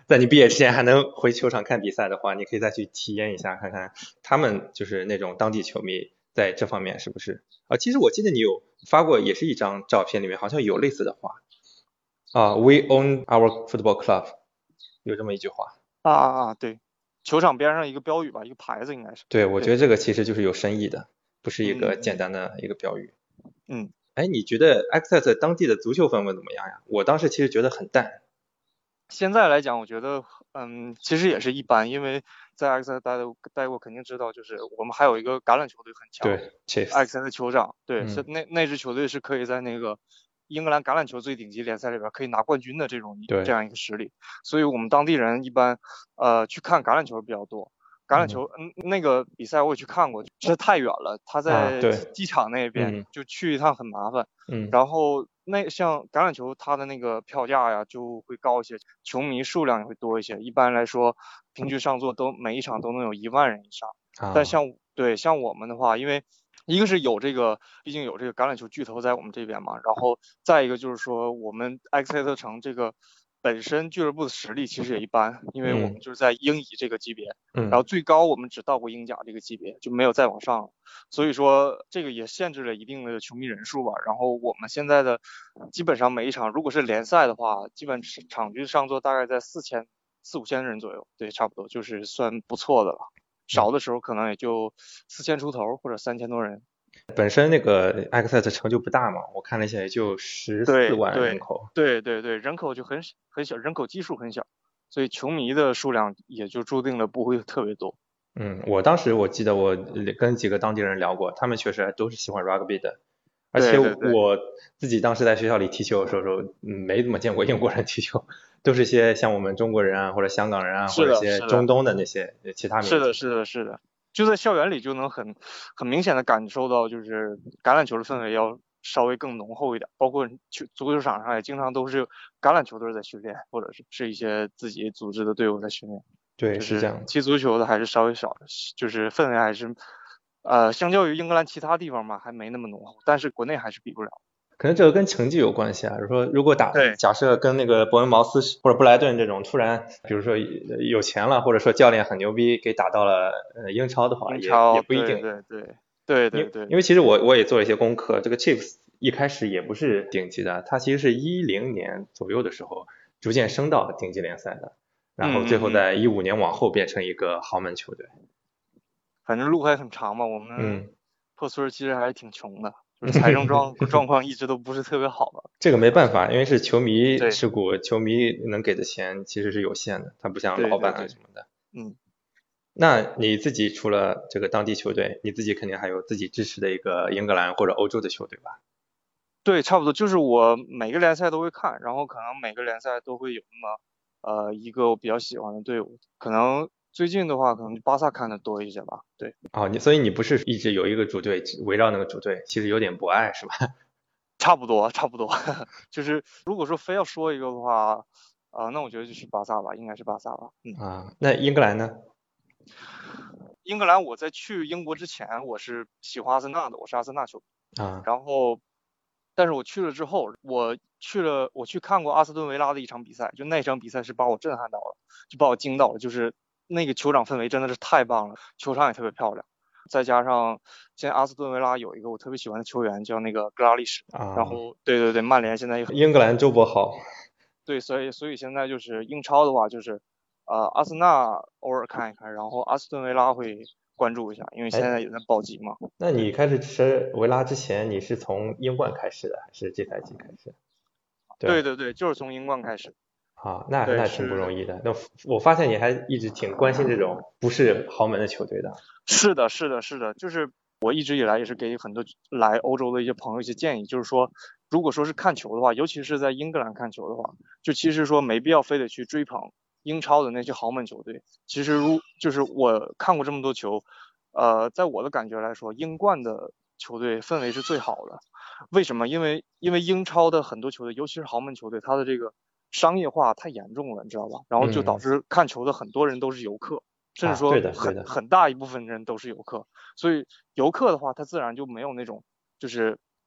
[SPEAKER 2] 在你毕业之前还能回球场看比赛的话，你可以再去体验一下，看看他们就是那种当地球迷在这方面是不是啊？其实我记得你有发过，也是一张照片，里面好像有类似的话啊 ，We own our football club， 有这么一句话
[SPEAKER 4] 啊啊啊，对，球场边上一个标语吧，一个牌子应该是。
[SPEAKER 2] 对，我觉得这个其实就是有深意的，不是一个
[SPEAKER 4] 嗯
[SPEAKER 2] 简单的一个标语。
[SPEAKER 4] 嗯，
[SPEAKER 2] 哎，你觉得埃克塞特当地的足球氛围怎么样呀？我当时其实觉得很淡。
[SPEAKER 4] 现在来讲，我觉得，嗯，其实也是一般，因为在埃克塞特待的待过，肯定知道，就是我们还有一个橄榄球队很强，
[SPEAKER 2] 对 Chiefs
[SPEAKER 4] 埃克塞特酋长，对，
[SPEAKER 2] 嗯
[SPEAKER 4] 是那那支球队是可以在那个英格兰橄榄球最顶级联赛里边可以拿冠军的这种
[SPEAKER 2] 对
[SPEAKER 4] 这样一个实力，所以我们当地人一般呃去看橄榄球比较多。橄榄球，嗯，那个比赛我也去看过，这太远了，他
[SPEAKER 2] 啊
[SPEAKER 4] 在
[SPEAKER 2] 对
[SPEAKER 4] 机场那边，
[SPEAKER 2] 嗯
[SPEAKER 4] 就去一趟很麻烦。
[SPEAKER 2] 嗯，
[SPEAKER 4] 然后那像橄榄球，它的那个票价呀就会高一些，球迷数量也会多一些。一般来说，平均上座都每一场都能有一万人以上。
[SPEAKER 2] 啊
[SPEAKER 4] 但像对像我们的话，因为一个是有这个，毕竟有这个橄榄球巨头在我们这边嘛，然后再一个就是说我们埃克塞特城这个本身俱乐部的实力其实也一般，因为我们就是在英乙这个级别，
[SPEAKER 2] 嗯，
[SPEAKER 4] 然后最高我们只到过英甲这个级别，就没有再往上了。所以说这个也限制了一定的球迷人数吧。然后我们现在的基本上每一场如果是联赛的话，基本场均上座大概在四千四五千人左右，对，差不多就是算不错的了。少的时候可能也就四千出头或者三千多人。
[SPEAKER 2] 本身那个埃克塞特城就不大嘛，我看了一下也就十四万人口。
[SPEAKER 4] 对对对，人口就很很小，人口基数很小，所以球迷的数量也就注定了不会特别多。
[SPEAKER 2] 嗯，我当时我记得我跟几个当地人聊过，他们确实都是喜欢 rugby 的，而且我自己当时在学校里踢球的时候，嗯，没怎么见过英国人踢球，都是些像我们中国人啊，或者香港人啊，或者一些中东的那些其他民族。
[SPEAKER 4] 是的，是的，是的，就在校园里就能很很明显的感受到，就是橄榄球的氛围要稍微更浓厚一点，包括球足球场上也经常都是橄榄球队在训练，或者是是一些自己组织的队伍在训练。
[SPEAKER 2] 对，
[SPEAKER 4] 就是
[SPEAKER 2] 这样。
[SPEAKER 4] 踢足球的还是稍微少，就是氛围还是，呃，相较于英格兰其他地方嘛，还没那么浓厚，但是国内还是比不了。
[SPEAKER 2] 可能这个跟成绩有关系啊，比如说如果打，假设跟那个伯恩茅斯或者布莱顿这种突然，比如说有钱了，或者说教练很牛逼，给打到了呃英超的话，
[SPEAKER 4] 英超
[SPEAKER 2] 也也不一定。
[SPEAKER 4] 对对对对对对。
[SPEAKER 2] 因为其实我我也做了一些功课，这个 Chiefs 一开始也不是顶级的，它其实是一零年左右的时候逐渐升到顶级联赛的。然后最后在一五年往后变成一个豪门球队，
[SPEAKER 4] 反正路还很长嘛。我们
[SPEAKER 2] 嗯，
[SPEAKER 4] 破村其实还是挺穷的，就是财政状状况一直都不是特别好的。
[SPEAKER 2] 这个没办法，因为是球迷持股，球迷能给的钱其实是有限的，它不像老板啊什么的。
[SPEAKER 4] 嗯，
[SPEAKER 2] 那你自己除了这个当地球队，你自己肯定还有自己支持的一个英格兰或者欧洲的球队吧？
[SPEAKER 4] 对，差不多，就是我每个联赛都会看，然后可能每个联赛都会有那么。呃，一个我比较喜欢的队伍，可能最近的话，可能巴萨看的多一些吧。对。
[SPEAKER 2] 哦，你所以你不是一直有一个主队围绕那个主队，其实有点博爱是吧？
[SPEAKER 4] 差不多，差不多。就是如果说非要说一个的话，啊、呃，那我觉得就是巴萨吧，应该是巴萨吧。嗯。
[SPEAKER 2] 啊，那英格兰呢？
[SPEAKER 4] 英格兰，我在去英国之前，我是喜欢阿森纳的，我是阿森纳球迷。
[SPEAKER 2] 啊。
[SPEAKER 4] 然后，但是我去了之后，我。去了，我去看过阿斯顿维拉的一场比赛，就那场比赛是把我震撼到了，就把我惊到了，就是那个球场氛围真的是太棒了，球场也特别漂亮，再加上现在阿斯顿维拉有一个我特别喜欢的球员叫那个格拉利什，
[SPEAKER 2] 啊，
[SPEAKER 4] 然后对对对，曼联现在
[SPEAKER 2] 英格兰周伯豪，
[SPEAKER 4] 对，所以所以现在就是英超的话，就是呃阿森纳偶尔看一看，然后阿斯顿维拉会关注一下，因为现在也在保级嘛。
[SPEAKER 2] 那你开始支持维拉之前，你是从英冠开始的，还是这赛季开始？
[SPEAKER 4] 对对对，就是从英冠开始。
[SPEAKER 2] 啊，那那挺不容易的。那我发现你还一直挺关心这种不是豪门的球队的。
[SPEAKER 4] 是的，是的，是的，就是我一直以来也是给很多来欧洲的一些朋友一些建议，就是说，如果说是看球的话，尤其是在英格兰看球的话，就其实说没必要非得去追捧英超的那些豪门球队。其实如就是我看过这么多球，呃，在我的感觉来说，英冠的球队氛围是最好的。为什么？因为因为英超的很多球队，尤其是豪门球队，它的这个商业化太严重了，你知道吧？然后就导致看球的很多人都是游客，
[SPEAKER 2] 嗯、
[SPEAKER 4] 甚至说
[SPEAKER 2] 很、啊、
[SPEAKER 4] 很大一部分人都是游客。所以游客的话，他自然就没有那种就是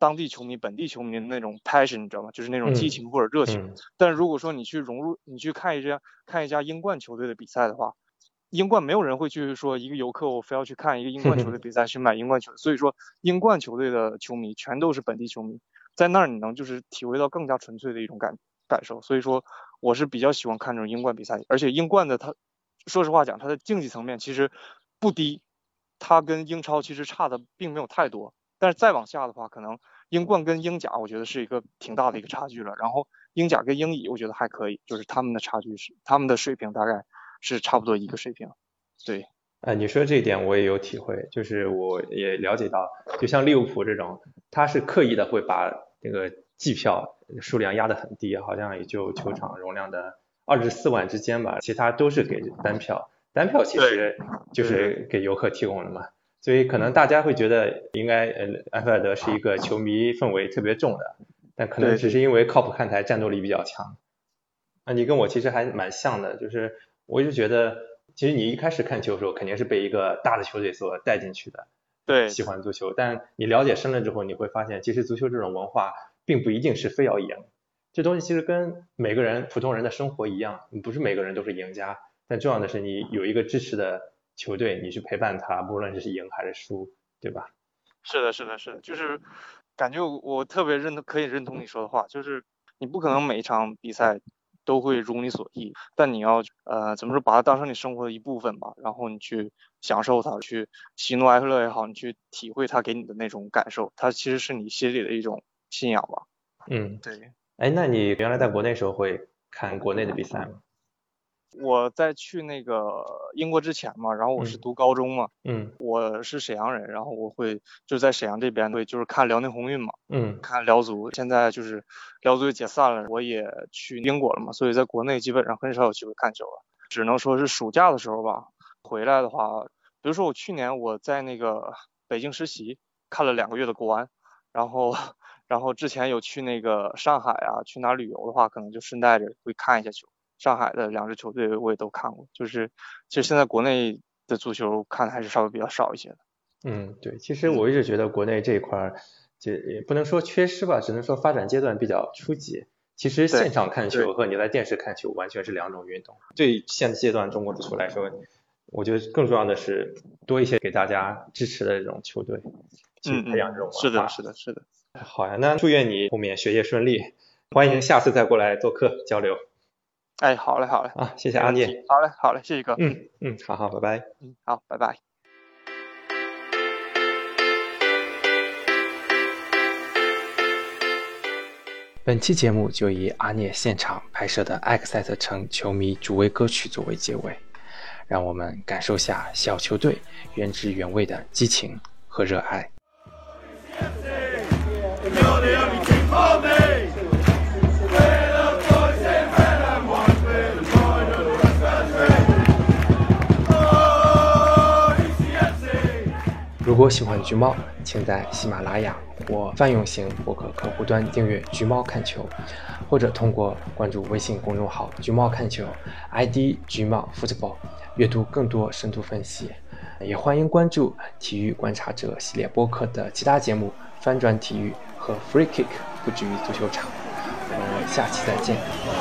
[SPEAKER 4] 当地球迷、本地球迷的那种 passion， 你知道吗？就是那种激情或者热情。
[SPEAKER 2] 嗯嗯、
[SPEAKER 4] 但如果说你去融入，你去看一家看一家英冠球队的比赛的话，英冠没有人会去说一个游客我非要去看一个英冠球队比赛去买英冠球队，所以说英冠球队的球迷全都是本地球迷，在那儿你能就是体会到更加纯粹的一种感感受。所以说我是比较喜欢看这种英冠比赛，而且英冠的它，说实话讲，它的竞技层面其实不低，它跟英超其实差的并没有太多。但是再往下的话，可能英冠跟英甲我觉得是一个挺大的一个差距了，然后英甲跟英乙我觉得还可以，就是他们的差距是他们的水平大概是差不多一个水平。对，
[SPEAKER 2] 呃，你说这一点我也有体会，就是我也了解到，就像利物浦这种，他是刻意的会把那个季票数量压得很低，好像也就球场容量的二十四万之间吧，其他都是给单票，单票其实就是给游客提供的嘛。所以可能大家会觉得应该呃安菲尔德是一个球迷氛围特别重的，但可能只是因为靠谱看台战斗力比较强。啊，你跟我其实还蛮像的，就是我一直觉得，其实你一开始看球的时候肯定是被一个大的球队所带进去的，
[SPEAKER 4] 对，
[SPEAKER 2] 喜欢足球，但你了解深了之后，你会发现其实足球这种文化并不一定是非要赢，这东西其实跟每个人普通人的生活一样，不是每个人都是赢家，但重要的是你有一个支持的球队，你去陪伴他，不论是赢还是输，对吧？
[SPEAKER 4] 是的，是的，是的，就是感觉我我特别认同，可以认同你说的话，就是你不可能每一场比赛都会如你所意，但你要呃怎么说，把它当成你生活的一部分吧，然后你去享受它，去喜怒哀乐也好，你去体会它给你的那种感受，它其实是你心里的一种信仰吧。
[SPEAKER 2] 嗯，
[SPEAKER 4] 对。
[SPEAKER 2] 哎，那你原来在国内时候会看国内的比赛吗？
[SPEAKER 4] 我在去那个英国之前嘛，然后我是读高中嘛，
[SPEAKER 2] 嗯，
[SPEAKER 4] 我是沈阳人，然后我会就是在沈阳这边会就是看辽宁宏运嘛，
[SPEAKER 2] 嗯，
[SPEAKER 4] 看辽足，现在就是辽足解散了，我也去英国了嘛，所以在国内基本上很少有机会看球了，只能说是暑假的时候吧，回来的话，比如说我去年我在那个北京实习，看了两个月的国安，然后然后之前有去那个上海啊，去哪旅游的话，可能就顺带着会看一下球。上海的两支球队我也都看过，就是其实现在国内的足球看的还是稍微比较少一些的。
[SPEAKER 2] 嗯，对，其实我一直觉得国内这一块就也不能说缺失吧，只能说发展阶段比较初级。其实现场看球和你在电视看球完全是两种运动。对现阶段中国足球来说，我觉得更重要的是多一些给大家支持的这种球队，去培养这种文化。
[SPEAKER 4] 是的，是的，是的。
[SPEAKER 2] 好呀，那祝愿你后面学业顺利，欢迎下次再过来做客交流。
[SPEAKER 4] 哎，好嘞，好嘞，
[SPEAKER 2] 啊，谢谢阿聂。
[SPEAKER 4] 好嘞，好嘞，谢谢哥。
[SPEAKER 2] 嗯嗯，好好，拜拜。
[SPEAKER 4] 嗯，好，拜拜。
[SPEAKER 2] 本期节目就以阿聂现场拍摄的埃克塞特城球迷助威歌曲作为结尾，让我们感受下小球队原汁原味的激情和热爱。如果喜欢橘猫，请在喜马拉雅或泛用型博客客户端订阅橘猫看球，或者通过关注微信公众号橘猫看球 I D 橘猫 football 阅读更多深度分析。也欢迎关注体育观察者系列播客的其他节目翻转体育和 Free Kick 不止于足球场。我们下期再见。